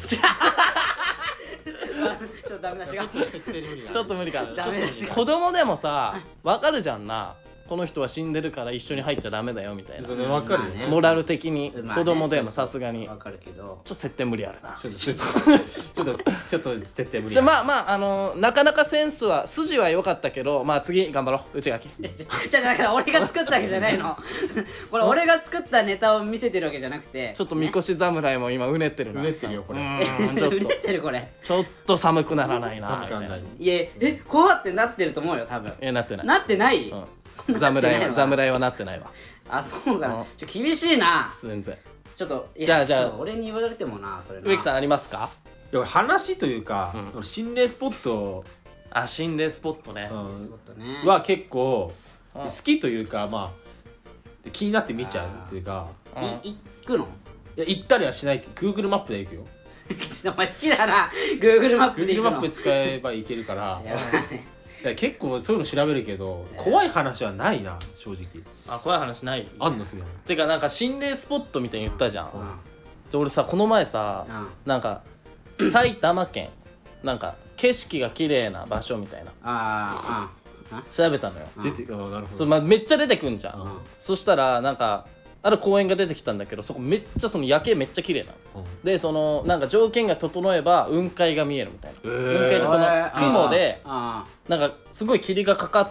ちょっとダメだしがちょっと設定無理があるちょっと無理かな。 ダメだし子供でもさ分かるじゃんな。この人は死んでるから一緒に入っちゃダメだよみたいなそ。れわかるよまあねモラル的にまあね子供でもさすがにちょわかるけどっと設定無理あるな。 ちょっとちょっとちょっとちょっと設定無理じゃあまあまああのなかなかセンスは筋は良かったけどまあ次頑張ろう内垣。 じゃあだから俺が作ったわけじゃないのこれ俺が作ったネタを見せてるわけじゃなくてちょっとみこし侍も今うねってるな。 うねってるよこうれーんちょっうねとってるこれちょっと寒くならないなみたいな。 寒くはないいやえ怖ってなってると思うよ多分えなってない。 なってない、 うんなってないわ侍は侍はなってないわあそうかうなんちょ厳しいな全然。 ちょっといやじゃあじゃあそう俺に言われてもなそれな植木さんありますか。 いや俺話というかうん俺心霊スポットあ心霊スポットね。 ちょうんっとねは結構うん好きというかまあ気になって見ちゃうっていうかうんい行くのいや行ったりはしないけど Google マップで行くよお前好きだな Google マップで Google 行くのマップ使えば行けるからやばいねいや結構そういうの調べるけど怖い話はないな正直あ怖い話ない。 あんのすげえてかなんか心霊スポットみたいに言ったじゃん。 うんで俺さこの前さうんなんか埼玉県なんか景色が綺麗な場所みたいなあーあ調べたのよ。 うん出てあなるほどそう、まあ、めっちゃ出てくんじゃん。 うんそしたらなんかある公園が出てきたんだけど、そこめっちゃその夜景めっちゃ綺麗なの、うん、でそのなんか条件が整えば雲海が見えるみたいな、えー、雲海ってその雲でなんかすごい霧がかかって、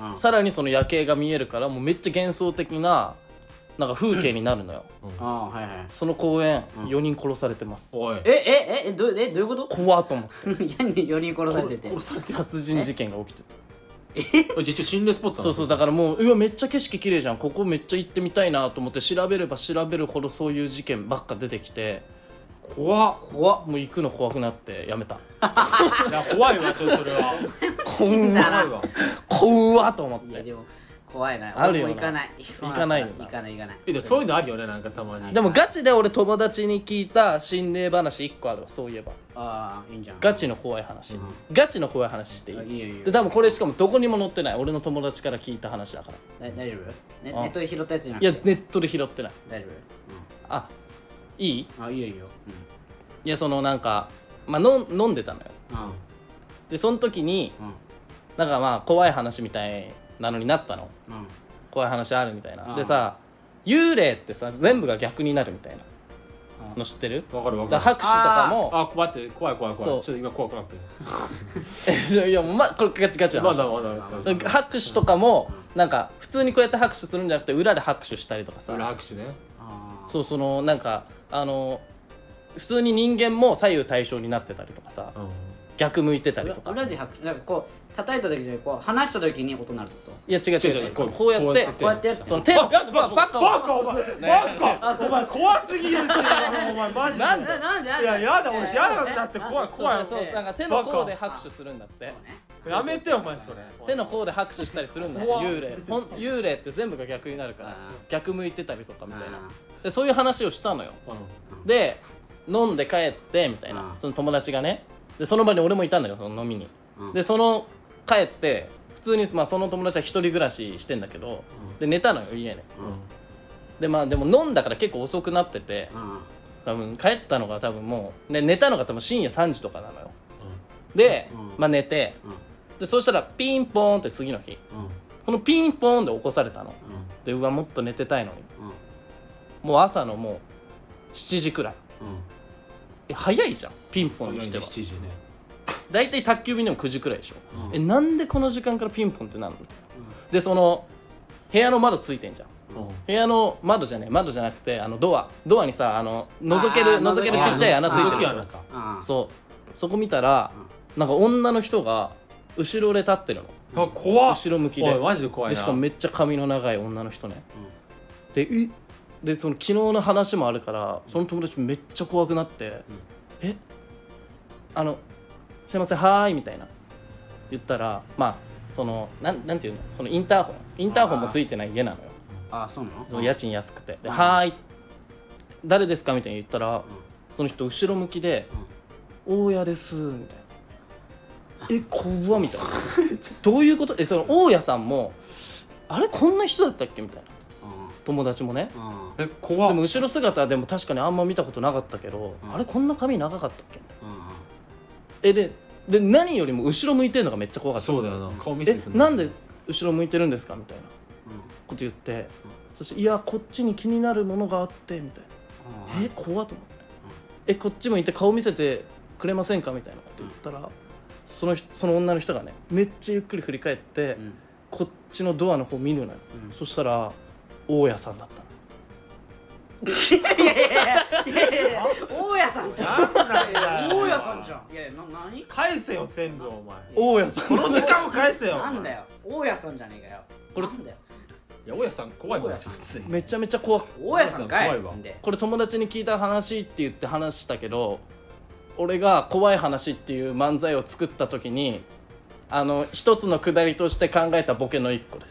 さらにその夜景が見えるからもうめっちゃ幻想的ななんか風景になるのよ、うんうん、あはいはい、その公園、うん、よにん殺されてます。 おいえええどえどういうこと？ 怖っと思ってよにん殺されてて殺人事件が起きてる。 え実は心霊スポットなの？そうそうだからもううわめっちゃ景色綺麗じゃん、ここめっちゃ行ってみたいなと思って調べれば調べるほどそういう事件ばっか出てきて、 怖っ怖っ、もう行くの怖くなってやめた。 いや怖いわちょっとそれは怖いわ怖っと思って。 いやでも怖いな。 あるよな。 行かない行かないよな。 行かない行かない。 えでもそういうのあるよね、なんかたまに。 でもガチで俺友達に聞いた心霊話いっこあるわ、そういえば。 ああいいんじゃん。 ガチの怖い話、うん、ガチの怖い話していい？いいよいいよ。 で多分これしかもどこにも載ってない、俺の友達から聞いた話だから。 え大丈夫？ネットで拾ったやつじゃなくて。 いやネットで拾ってない。 大丈夫？うん、 あいい？ あいいよいいよ。 うん、いやそのなんかまあの飲んでたのよ。うん、でその時に、うん、なんかまあ怖い話みたいなのになったの。うん、怖い話あるみたいな。でさ幽霊ってさ全部が逆になるみたいなの知ってる？ わかるわかる。 だ拍手とかもああ待って怖い怖い怖い。ちょっと今怖くなってる。いやもうまこれガチガチな話。まだまだ。拍手とかもなんか普通にこうやって拍手するんじゃなくて裏で拍手したりとかさ。 裏拍手ね。 そうそのなんかあの普通に人間も左右対称になってたりとかさ、うん、逆向いてたりとか。 裏で拍手なんかこう叩いた時にこう離した時に音鳴るってこと？ いや違う違う違う、こうこうやってこうやってやってその手のバカバカお前バカお前怖すぎるってお前マジでなんでなんでいややだ俺やだだって怖い怖い。 そうなんか手の甲で拍手するんだって。 やめてよお前それ。 手の甲で拍手したりするんだよ幽霊。ほん幽霊って全部が逆になるから逆向いてたりとかみたいな。でそういう話をしたのよ。で飲んで帰ってみたいな、その友達がね。でその場に俺もいたんだよ、その飲みに。でその帰って普通に、まあ、その友達は一人暮らししてんだけど、うん、で寝たのよ家で、うん、でまあでも飲んだから結構遅くなってて、うん、多分帰ったのが多分もう、ね、寝たのが多分深夜さんじとかなのよ、うん、で、うん、まあ寝て、うん、でそしたらピンポーンって次の日、うん、このピンポーンで起こされたの、うん、でうわもっと寝てたいのに、うん、もう朝のもうしちじくらい、うん、え早いじゃんピンポンにしては。 しちじね。 だいたい宅急便でもくじくらいでしょ、うん、えなんでこの時間からピンポンってなるの、うん、でその部屋の窓ついてんじゃん、うん、部屋の窓じゃねえ窓じゃなくてあのドアドアにさあの覗ける覗けるちっちゃい穴ついてるでしょ。そうそこ見たら、うん、なんか女の人が後ろで立ってるの。 あ怖っ。 後ろ向きでマジで怖いな。 でしかもめっちゃ髪の長い女の人ね、うん、でえでその昨日の話もあるからその友達めっちゃ怖くなって、うん、えあのすいませんはーいみたいな言ったらまあそのなんなんていうのそのインターホンインターホンもついてない家なのよ。 ああそうなの？ その家賃安くてではーい誰ですかみたいに言ったら、うん、その人後ろ向きで、うん、大家ですみたいな。え怖っみたいなどういうことえその大家さんもあれこんな人だったっけみたいな、うん、友達もね、 うん、え怖っ。 でも後ろ姿でも確かにあんま見たことなかったけど、うん、あれこんな髪長かったっけ、うんえでで何よりも後ろ向いてるのがめっちゃ怖かった。 そうだよな。顔見せてくる。えなんで後ろ向いてるんですかみたいなこと言って、うん、そしていやこっちに気になるものがあってみたいな、うん、え怖っと思って、うん、えこっち向いて顔見せてくれませんかみたいなこと言ったら、うん、そのその女の人がねめっちゃゆっくり振り返って、うん、こっちのドアの方見るのよ、うん、そしたら大家さんだったの。 いやいやいやいやいや大家さんじゃん。大家さんじゃん。いやいやな何？ 返せよ全部お前。 大家さん。 この時間を返せよ。 なんだよ。大家さんじゃねえかよ。これなんだよ。 いや大家さん怖いもんですよ。 めちゃめちゃ怖く。 大家さんかい。 これ友達に聞いた話って言って話したけど、俺が怖い話っていう漫才を作った時にあの一つのくだりとして考えたボケの一個です。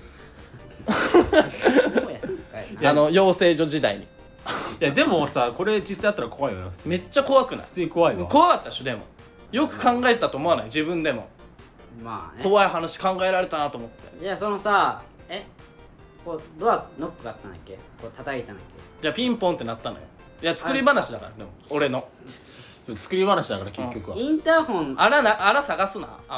あの養成所時代に。 いやでもさこれ実際あったら怖いよな。 めっちゃ怖くない？ 普通に怖いわ。 怖かったでしょでも。よく考えたと思わない？自分でも。 まあね。 怖い話考えられたなと思って。 いやそのさえこうドアノックがあったんだっけ？こう叩いたんだっけ？ じゃあピンポンってなったのよ。いや作り話だからでも俺の。 作り話だから結局は。 インターホンあらなあら探すなあんま。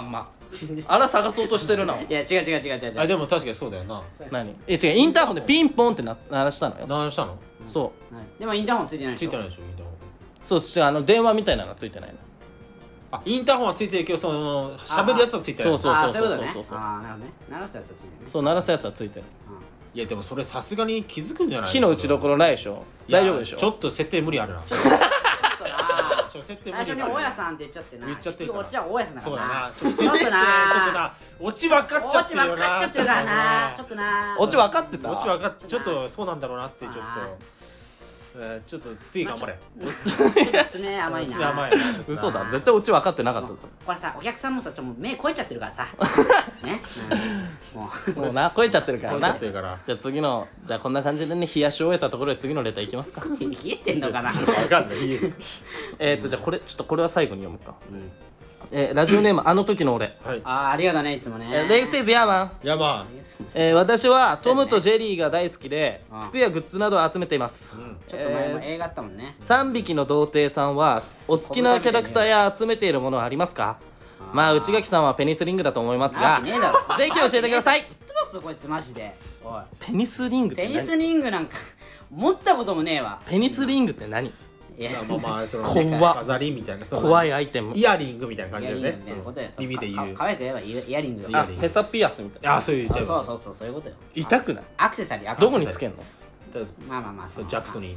あら探そうとしてるな。 いや違う違う違う違う違うあでも確かにそうだよな。 何？え違う、インターホンでピンポンってな鳴らしたのよ。 何したの？ そうはいでもインターホンついてないでしょついてないでしょインターホン。 そうしあの電話みたいなのがついてないの。 あインターホンはついてるけどその喋るやつはついてない。 そうそうあーそういうことねそうそうそうああなるほどね鳴らすやつはついてるねそう鳴らすやつはついてる。 いやでもそれさすがに気づくんじゃない？ 火の打ちどころないでしょ。大丈夫でしょ。 ちょっと設定無理あるな。 ちょっとなちょっと設定無最初に理ある大家さんって言っちゃってな言っちゃってるから結局オチは大家さんだかそうだらなな。ちょっと設定ってちょっとなオチ分かっちゃってるよな。 オチ分かっちゃってるからなちょっとなオチ分かってた。 オチ分かってちょっとそうなんだろうなってちょっと、えー、ちょっと次頑張れ。 爪甘いな次甘いな。 嘘だ、絶対オチ分かってなかったとこれさお客さんもさちょっともう目超えちゃってるからさね、うん、もうもうな超えちゃってるから超えちゃな。 ってるから。 じゃあ次のじゃあこんな感じでね冷やし終えたところで次のレターいきますか。 冷えてんのかな分かんない。いいえっとじゃあこれちょっとこれは最後に読むか。 うんえーラジオネームあの時の俺。 はい。 あーありがとうねいつもねえーレイフセイズヤーマン。 いやまえー私はトムとジェリーが大好きでうん服やグッズなどを集めていますあ、。うん。 ちょっと前もえー映画あったもんねさんびきの童貞さんはお好きなキャラクターや集めているものはありますか？まあ内垣さんはペニスリングだと思いますなわがけねえだろぜひ教えてください。 ぶっ飛ばすこいつマジでおいペニスリングって何？ ペニスリングなんか持ったこともねえわペニスリングって何？ いやまあまあその怖っ飾りみたいなその怖いアイテム。 イヤリングみたいな感イヤリングじだよね。 みたいなことよ耳で言う。 かかわいく言えばイヤイヤリングよあヘサピアスみたいな。 あそういう言っちゃあう。 そうそうそうそういうことよ痛くない？ アクセサリーアクセどサリーこにつけんの？ まあまあまあそうジャクソニーに。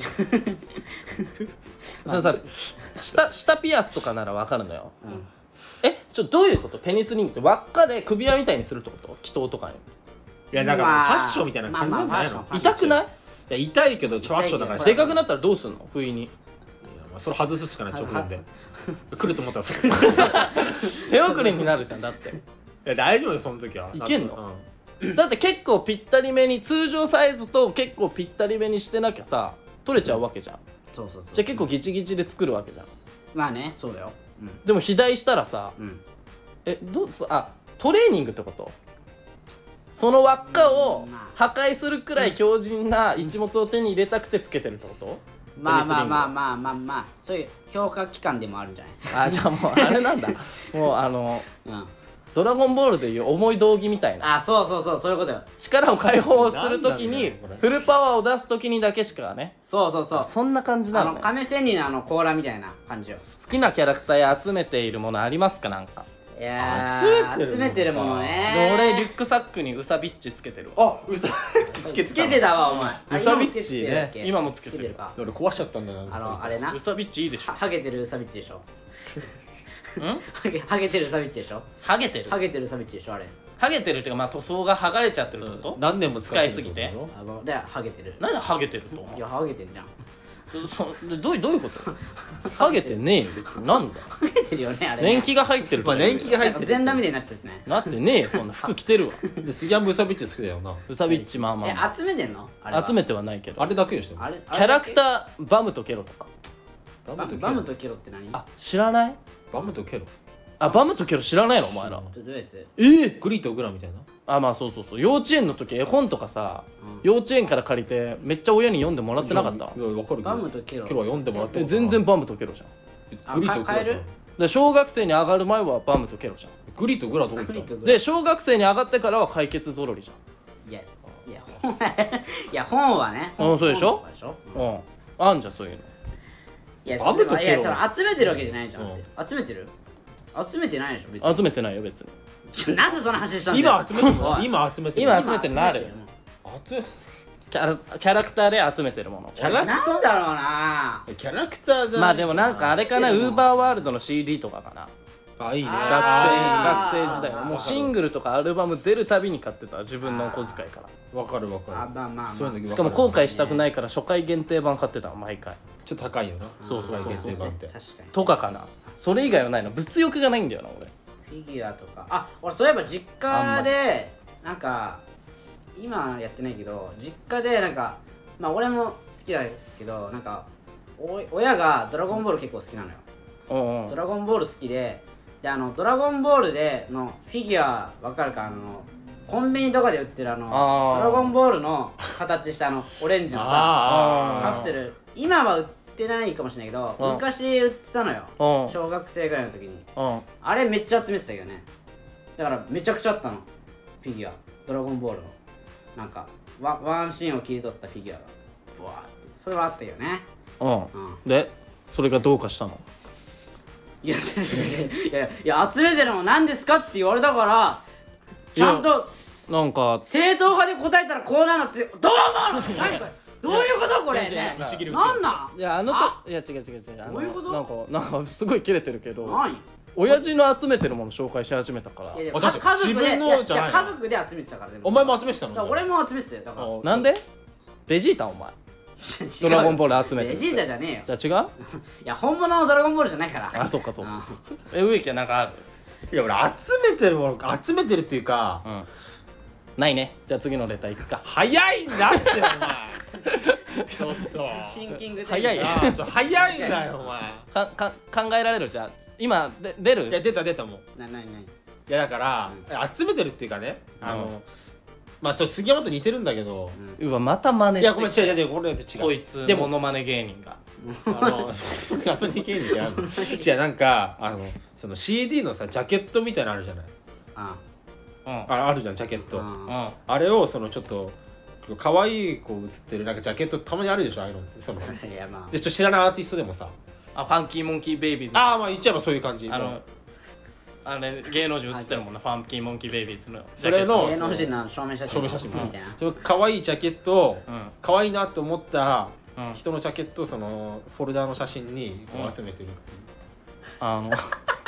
それさ下下ピアスとかならわかるのよ。 うんえちょどういうこと？ペニスリングって輪っかで首輪みたいにするってこと？祈祷とかに。 いやだからファッションみたいな感じなんじゃないの？ まあまあまあ痛くない？ いや痛いけどファッションだから。 でかくなったらどうすんの？不意に。 いやまあそれ外すしかない直前で。来ると思ったらそれ。い手遅れになるじゃんだって。 や大丈夫よその時は。 いけんのうんだって結構ぴったりめに通常サイズと結構ぴったりめにしてなきゃさ取れちゃうわけじゃん。 そうそうそうじゃあ結構ギチギチで作るわけじゃん。 まあねそうだよでも肥大したらさうんうんえどうすあトレーニングってこと？その輪っかをうんまあ破壊するくらい強靭な一物を手に入れたくてつけてるってこと？ まあまあまああまあまあまあそういう評価機関でもあるんじゃないあじゃあもうあれなんだもうあのうんドラゴンボールでいう重い道着みたいなあそうそうそうそういうことよ力を解放するときになんなんだよこれフルパワーを出すときにだけしかねそうそうそうそんな感じなあののね。 亀仙人のあの甲羅みたいな感じよ好きなキャラクターや集めているものありますか？なんかいやー集めてるものか集めてるものでね俺リュックサックにウサビッチつけてるわ。 あうさつけてたつけてたわお前あウサビッチね今もつけてるか俺壊しちゃったんだよなあのあれなウサビッチいいでしょ。 はハゲてるウサビッチでしょんハゲハゲてるウサビッチでしょハゲてるハゲてるウサビッチでしょあれハゲてるっていうかまあ塗装が剥がれちゃってるってこと？ 何年も使ってるってこと使いすぎてあのでハゲてるなんでハゲてると思う？ いやハゲてるじゃんそそでどういうどういうことハゲてねえよ別になんだよハゲてるよねあれ年季が入ってるとかまあ年季が入ってる全裸みたいになっちゃってねなってねえよそんな服着てるわで杉山ウサビッチ好きだよなウサビッチまあまあ、まえ集めてんのあれはあ集めてはないけどあれだけでしょあれキャラクーターバムとケロとかバムとケロバムとケロって何あ知らない？ バムとケロあバムとケロ知らないのお前ら。 どどういうやつえー、 グリとグラみたいなあまあそうそうそう幼稚園の時絵本とかさ、 うん幼稚園から借りてめっちゃ親に読んでもらってなかった？ いや分かるけどバムとケロケロは読んでもらってえ全然バムとケロじゃん。 あグリとグラじゃんか変えるで小学生に上がる前はバムとケロじゃん。 グリとグラどこ行ったのクリとグラで小学生に上がってからは解決ぞろりじいやいや本いや本はねうんそうでしょ本とかでしょゃん。うんあんじゃんそういうの。 いやバムとケロいやそれ集めてるわけじゃないじゃん、 うん集めてる集めてないでしょ別に集めてないよ別に。 なんでその話したんだよ今集めてるおい今集めてる今集めてるのある集めて集めキャラキャラクターで集めてるもの。 キャラクタなんだろうなキャラクターじゃまあでもなんかあれかなウーバーワールドの シーディー とかかな。 あいいね学生あー学生時代はもうシングルとかアルバム出るたびに買ってた自分のお小遣いから。 わかるわかるあまあまあまあそういうの分しかも後悔したくないから初回限定版買ってたの毎回ちょっと高いよなそうそうそうそう限定版って確かにとかかな。それ以外はないの。物欲がないんだよな俺。 フィギュアとかあ俺そういえば実家でなんか今はやってないけど実家でなんかまあ俺も好きだけどなんかお親がドラゴンボール結構好きなのようんうんドラゴンボール好きでであのドラゴンボールでのフィギュアわかるかあのコンビニとかで売ってるあのあードラゴンボールの形したあのオレンジのさあカプセル今は売ってないかもしれないけどうん昔売ってたのようん小学生ぐらいの時にうんあれめっちゃ集めてたけどねだからめちゃくちゃあったのフィギュアドラゴンボールのなんかワワンシーンを切り取ったフィギュアがブワーってそれはあったよねうん、 うんでそれがどうかしたの？ いやいやいや集めてるのも何ですかって言われたからちゃんとなんか正統派で答えたらこうなるのってどう思うの何これどういうことこれ違う違うね打ち切るなんなんいやあのあといや違う違う違うあのどういうことなんかなんかすごいキレてるけど何親父の集めてるもの紹介し始めたからいやでも私か家族で自分のいやじゃないいや家族で集めてたからでもお前も集めてたのだから俺も集めてたよだからあなんでベジータお前ドラゴンボール集めてるベジータじゃねえよじゃあ違ういや本物のドラゴンボールじゃないからあそっかそっかうえ植木はなんかあるいや俺集めてるもの集めてるっていうかうんないねじゃあ次のレターいくか早いんだってお前ちょっとんシンキング早いあーちょ早いんだよお前かか考えられるじゃあ今で出るいや出た出たもうななになにいやだから、集めてるっていうかねあの、 うんまあそれ杉山と似てるんだけど、 うわまた真似していやごめん違う違う違うこれって違うこいつでもモノマネ芸人があのアプリ芸人である違うなんかあのその シーディー のさジャケットみたいなのあるじゃないあうんああるじゃんジャケット、 うんうんあれをそのちょっと可愛い子写ってるなんかジャケットたまにあるでしょああいうのってそのでいやまあちょっと知らないアーティストでもさあファンキーモンキーベイビーズああまあ言っちゃえばそういう感じあのあれ芸能人写ってるもんなファンキーモンキーベイビーズのそれの芸能人の証明写真証明写真みたいなその可愛いジャケットをうん可愛いなと思ったうん人のジャケットをそのフォルダーの写真にこうんう集めてるっていう、 あの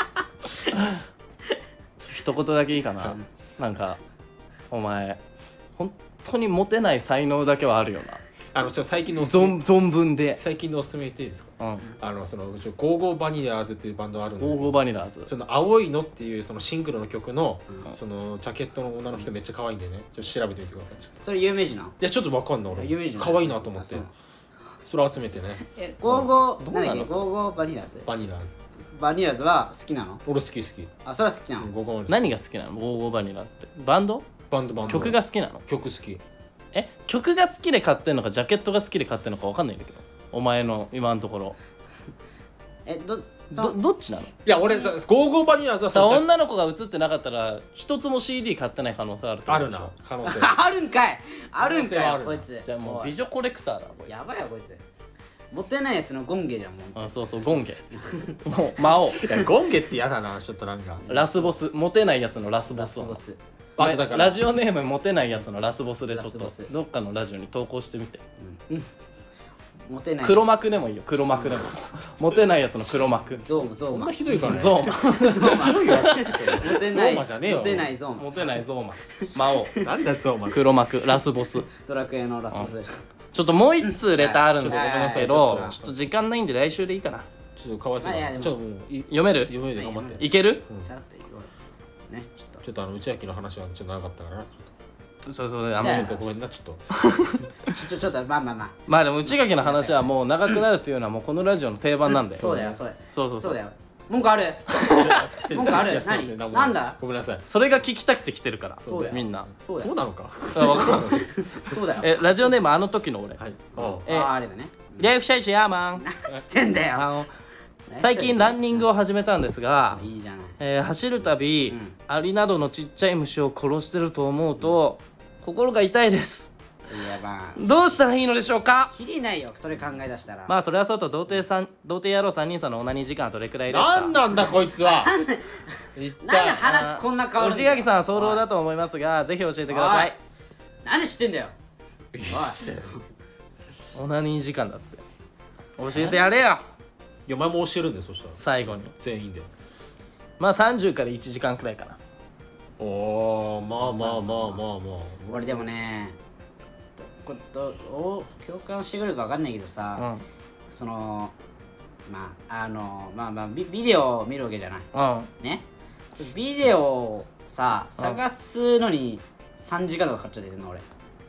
一言だけいいかな、 うんなんかお前本当にモテない才能だけはあるよあのちょ最近のおなすすめ存存分で最近のおすすめ言っていいですかうんあのそのちょゴーゴーバニラーズっていうバンドがあるんですけどゴーゴーバニラーズその青いのっていうそのシングルの曲の、 うんそのジャケットの女の人めっちゃ可愛いんでねちょっと調べてみてくださいそれ有名人なのいやちょっとわかんない俺有名人可愛いなと思ってあそうそれ集めてねえゴーゴーどうなの何だっけゴーゴーバニラーズバニラーズバニラーズは好きなの俺好き好きあそれは好きなのゴーゴーバニラーズ何が好きなのゴーゴーバニラーズってバンドバンドバンド曲が好きなの曲好きえ曲が好きで買ってんのかジャケットが好きで買ってんのか分かんないんだけどお前の今のところえどそどどっちなのいや俺だゴーゴーバニラーズはさあその女の子が映ってなかったら一つも シーディー 買ってない可能性あるってことでしょあるな可能性あるんかいあるんか可能性はあるなよこいつじゃあもうおい美女コレクターだこれやばいよこいつ持ってないやつのゴンゲじゃんもうあそうそうゴンゲもう魔王いやゴンゲって嫌だなちょっとなんかラスボスモテないやつのラスボラスをスボスあとだからラジオネームモテないやつのラスボスでちょっとラスボスどっかのラジオに投稿してみて持てない黒幕でもいいよ黒幕でもモテないやつの黒幕ゾーマゾーマそんなひどいかねゾーマゾーマ持てないゾーマじゃねえよ持てないゾーマモテないゾーマ魔王なんだゾーマ黒幕ラスボスドラクエのラスボスちょっともう一通レターあるんですちょっとごめんなさいけどちょっとちょっと時間ないんで来週でいいかなちょっとかわいそうだあいやでもなちょっともうい読める読めるで頑張っていけるさらっと言おうねちょっちょっとあの内垣の話はちょっと長かったからなそうそうあいやのちょっとごめんなちょっととちょちょちょっとまあまあまあまあでも内垣の話はもう長くなるっていうのはもうこのラジオの定番なんでそうだよそうだよそうそうそううそだよ文句ある文句あるいやすいません何もなんだごめんなさいそれが聞きたくて来てるからそうだよみんなそうだよそうなのかあわかんないそうだよえラジオネームあの時の俺はいえあああれだねリアイフシャイシヤーマンつってんだよあの最近ランニングを始めたんですが、 いいじゃないえー走るたび、 うんアリなどのちっちゃい虫を殺してると思うと、心が痛いですいやまあどうしたらいいのでしょうか。 きりないよそれ考え出したらまあそれはそうと童貞さん童貞野郎さんにんさんのオナニー時間はどれくらいですか。 なんなんだこいつは一なんで体話こんな変わるんだ内垣さんは早漏だと思いますがぜひ教えてください。 なんで知ってんだよオナニー時間だって教えてやれよ。 いやお前も教えるんだよそしたら最後に全員でまあさんじゅうからいちじかんくらいかな。 おーまあまあまあまあまあ俺でもねこどお共感してくれるか分かんないけどうさ、 んそのまああのまあまあビビデオを見るわけじゃないうんねビデオをさうん探すのにさんじかんとかかかっちゃってるの俺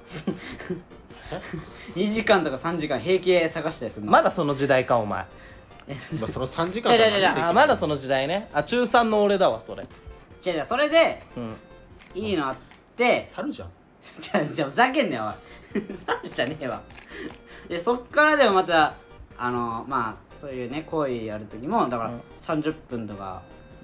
にじかんとかさんじかん平気で探したりするのまだその時代かお前。 まあそのさんじかんじゃあじゃあじゃあ何できるあまだその時代ね。あ中さんの俺だわそれ。 じゃあじゃあそれでうんいいのあって猿じゃんじゃあじゃあふざけんなよおい猿じゃねえわでそっからでもまたあのまあそういうね行為やる時もだからうんさんじゅっぷんとか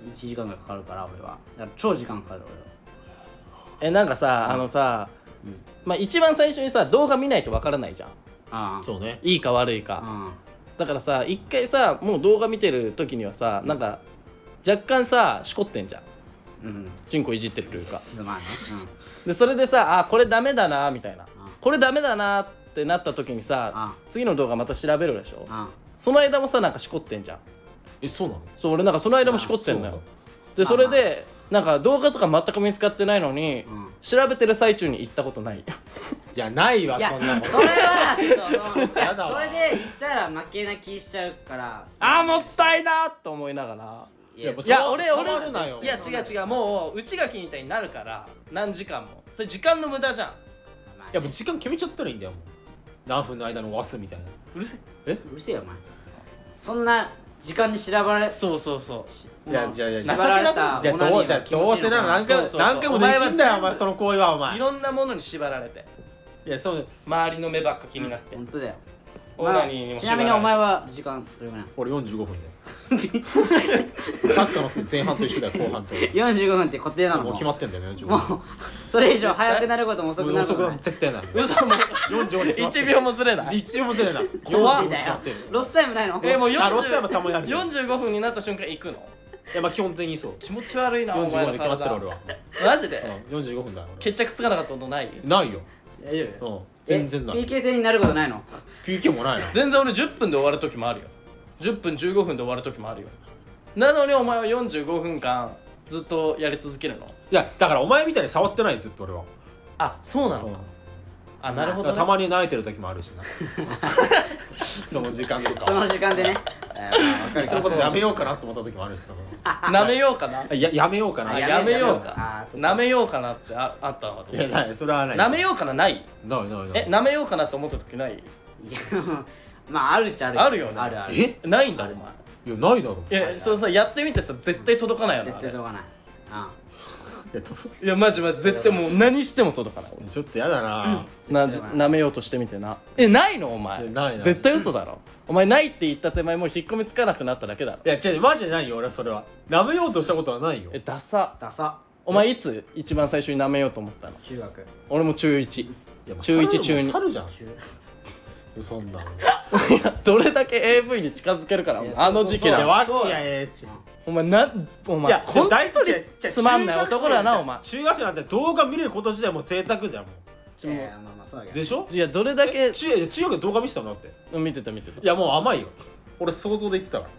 いちじかんぐらいかかるから俺はだから超時間かかる俺は。 えなんかさ、あのさ、 うん、 まあ一番最初にさ動画見ないとわからないじゃん。 ああそうね。 いいか悪いか。 あだからさ一回さもう動画見てる時にはさなんか若干さしこってんじゃん。 うん、 チンコいじってるというか。 まあね、 でそれでさあこれダメだなみたいな、 うん、 これダメだなってなった時にさ、 うん、 次の動画また調べるでしょ。 うん、 その間もさなんかしこってんじゃん。 え、そうなの？ そう俺なんかその間もしこってんのよ。でそれでなんか動画とか全く見つかってないのに、うん、調べてる最中に行ったことない。 いやないわそんなこと。 それはそれやだわ。 それで言ったら負けな気しちゃうからあーもったいなと思いながら。 いやいや俺俺触るなよ。 いや違う違うもう内垣みたいになるから何時間もそれ時間の無駄じゃん。 いやもう時間決めちゃったらいいんだよもう。何分の間のわすみたいな。 うるせえうるせえよお前そんな時間に調べられそうそうそういやじゃあじゃあ情けなくじゃあどうじゃあどうせなら何回そうそうそう何回もできんだよお前その行為はお前。 いろんなものに縛られていやそう周りの目ばっか気になって本当だよ。 オナニーにもちなみにお前は時間どれぐらいなの？ 俺よんじゅうごふんで。サッカーの前半と一緒だよ後半と。 よんじゅうごふんって固定なの？ もう決まってんだよよんじゅうもごふん。 うそれ以上早くなることも遅くなることもない。 絶対ない。 嘘もよんじゅうごでいちびょうもずれない。 いちびょうもずれない。 怖いんだよ。ロスタイムないの？ えもうあロスタイムたまにあるよよんじゅうごふんになった瞬間行くの？ いやまあ基本的にそう。 気持ち悪いなおよんじゅうご前ので決まってる俺体。 は。 マジで？ うんよんじゅうごふんだよ。 決着つかなかったことない？ ないよ。 大丈夫？ うん全然ない。 ピーケー 戦になることないの？ ピーケー もないな。 全然俺じゅっぷんで終わる時もあるよ。じゅっぷんじゅうごふんで終わる時もあるよ。なのにお前はよんじゅうごふんかんずっとやり続けるの？ いやだからお前みたいに触ってないずっと俺は。 あそうなのか。あなるほどね。 たまに泣いてる時もあるしな。その時間とか。 その時間でね。 そのことやめようかなと思った時もあるし。 なめようかな。 ややめようかな。 あいややめようあかーなめようかなってああったのかと思っないそれはない。 て。なめようかなない？ ないないない。 えなめようかなって思った時ない？ いやまああるっちゃある。 あるよねあるある。 えないんだお前。 いやないだろ。 いやそうさやってみてさ絶対届かないよな。 絶対届かない。あいやといやマジマジ絶対もう何しても届かない。 ちょっとやだな。 なじなめようとしてみてな。えないのお前？ いやないない絶対嘘だろ。お前ないって言った手前もう引っ込みつかなくなっただけだろ。 いや違うマジでないよ俺はそれは。舐めようとしたことはないよ。 えダサ。 ダサ。 お前いつ一番最初になめようと思ったの？ 中学。 俺も中いち。 いや中いち中に猿じゃん。 中そんなの。 どれだけ エーブイ に近づけるからいやあの時期いやだ。 わいやいやいや。 お前なお前いや本当に大違う違うつまんない男だなお前。 中学生なんて動画見れること自体もう贅沢じゃんもいやいやまあまあそうだけど。 うでしょ。 いやどれだけえ中いや中学で動画見てたのだって。 見てた見てた。 いやもう甘いよ俺想像で言ってたから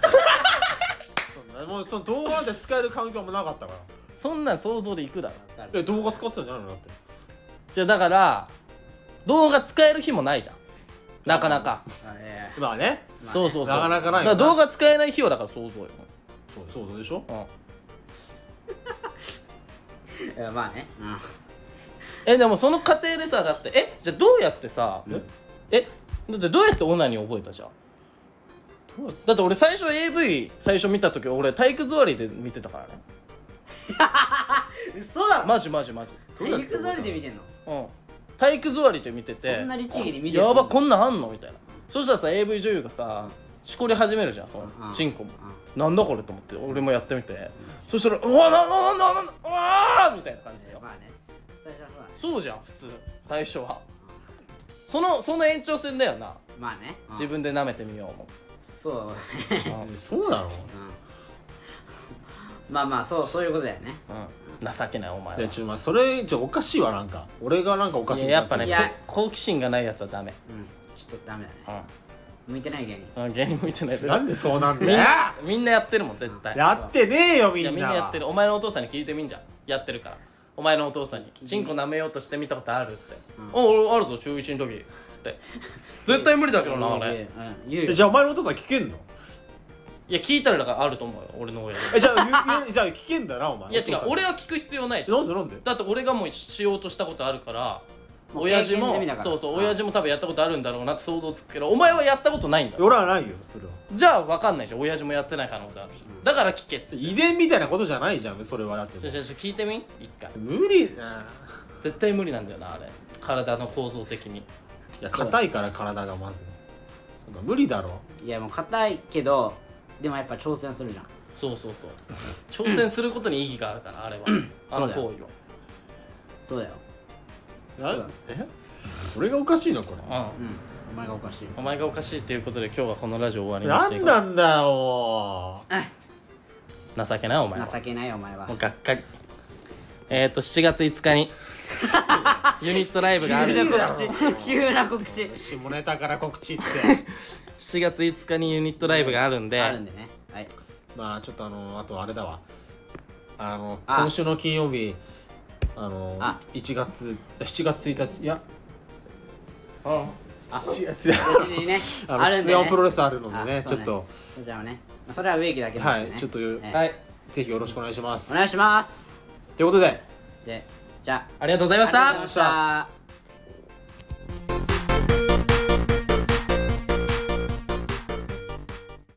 そんなもうその動画なんて使える環境もなかったから。 そんなん想像でいくだろ。 え動画使ってたんじゃないのだって。 じゃあだから動画使える日もないじゃんなかなか。 あえまあねまあねそうそうそう。 なかなかないよなだから動画使えない日はだから想像よ。 そう想像でしょ。 うんえいやまあね。うんえでもその過程でさだってえじゃあどうやってさえだってどうやってオナニー覚えたじゃん。 どうやってだって俺最初 エーブイ 最初見た時俺体育座りで見てたからね。 嘘だろ。 マジマジマジ。 体育座りで見てんの？ うん体育座りで見ててそんな律儀に見てるやばこんなんあんのみたいな。そしたらさ エーブイ 女優がさしこり始めるじゃんそのうんチンコも。なんだこれと思って俺もやってみてそしたらうわななななななうわーみたいな感じでよ。 まあね最初はそうだね。 そうじゃん普通最初はそのその延長線だよな。 まあね。うん自分で舐めてみようもそううね。 んそうなの。 うんまあまあそうそういうことだよね。 うん情けないお前は。 いやちょまあそれちょおかしいわなんか俺がなんかおかしいいややっぱねいやこ好奇心がないやつはダメ。 うんちょっとダメだね。 う向いてない芸人。 ん、うん、芸人向いてない。 なんでそうなんみんなだよ。 みんなやってるもん絶対。 やってねえよみんな。 いやみんなやってる。お前のお父さんに聞いてみんじゃんやってるから。お前のお父さんにチンコ舐めようとしてみたことあるって、うん、お俺あるぞ中いちの時って絶対無理だけどなあれ。 うん言うよ。 えじゃあお前のお父さん聞けんの。 いや聞いたらだからあると思うよ俺の親に。 えじゃあ言うじゃあ聞けんだなお前。 いや違う俺は聞く必要ないじゃん。 なんでなんで。 だって俺がもうしようとしたことあるからもう親父も経験済みだからそうそう親父も多分やったことあるんだろうなって想像つくけどお前はやったことないんだ。 俺はないよそれは。 じゃあ分かんないじゃん親父もやってない可能性あるじゃん。だから聞けっつって。 遺伝みたいなことじゃないじゃんそれはだって。 ちょちょちょ聞いてみ一回。 無理な。 絶対無理なんだよなあれ体の構造的に。 いや硬いから体がまずそんな無理だろ。 いやもう硬いけどでもやっぱ挑戦するじゃん。 そうそうそう挑戦することに意義があるからあれはあの行為はそうだよ。 なそうだえ俺がおかしいのこれうんうん。お前がおかしい。 お前がおかしいということで今日はこのラジオ終わりにしていなんこうなんだよ情けないお前は情けないお前はもう。がっかりえっ、ー、としちがついつかにユニットライブがある急な告知。急な告知。 下ネタから告知ってしちがついつかにユニットライブがあるんであるんでね。はい。 まあちょっとあのあとあれだわあのあ今週の金曜日あのあいちがつしちがつついたちいやうんあ、 しちがつにね。 ああるんでねのスヨンプロレスあるのでねあそうねちょっとそちらはね。まあそれは植木だけなんでね。 はいちょっとええはいぜひよろしくお願いしますお願いします。 ということでで、じゃあ。 ありがとうございましたありがとうございました。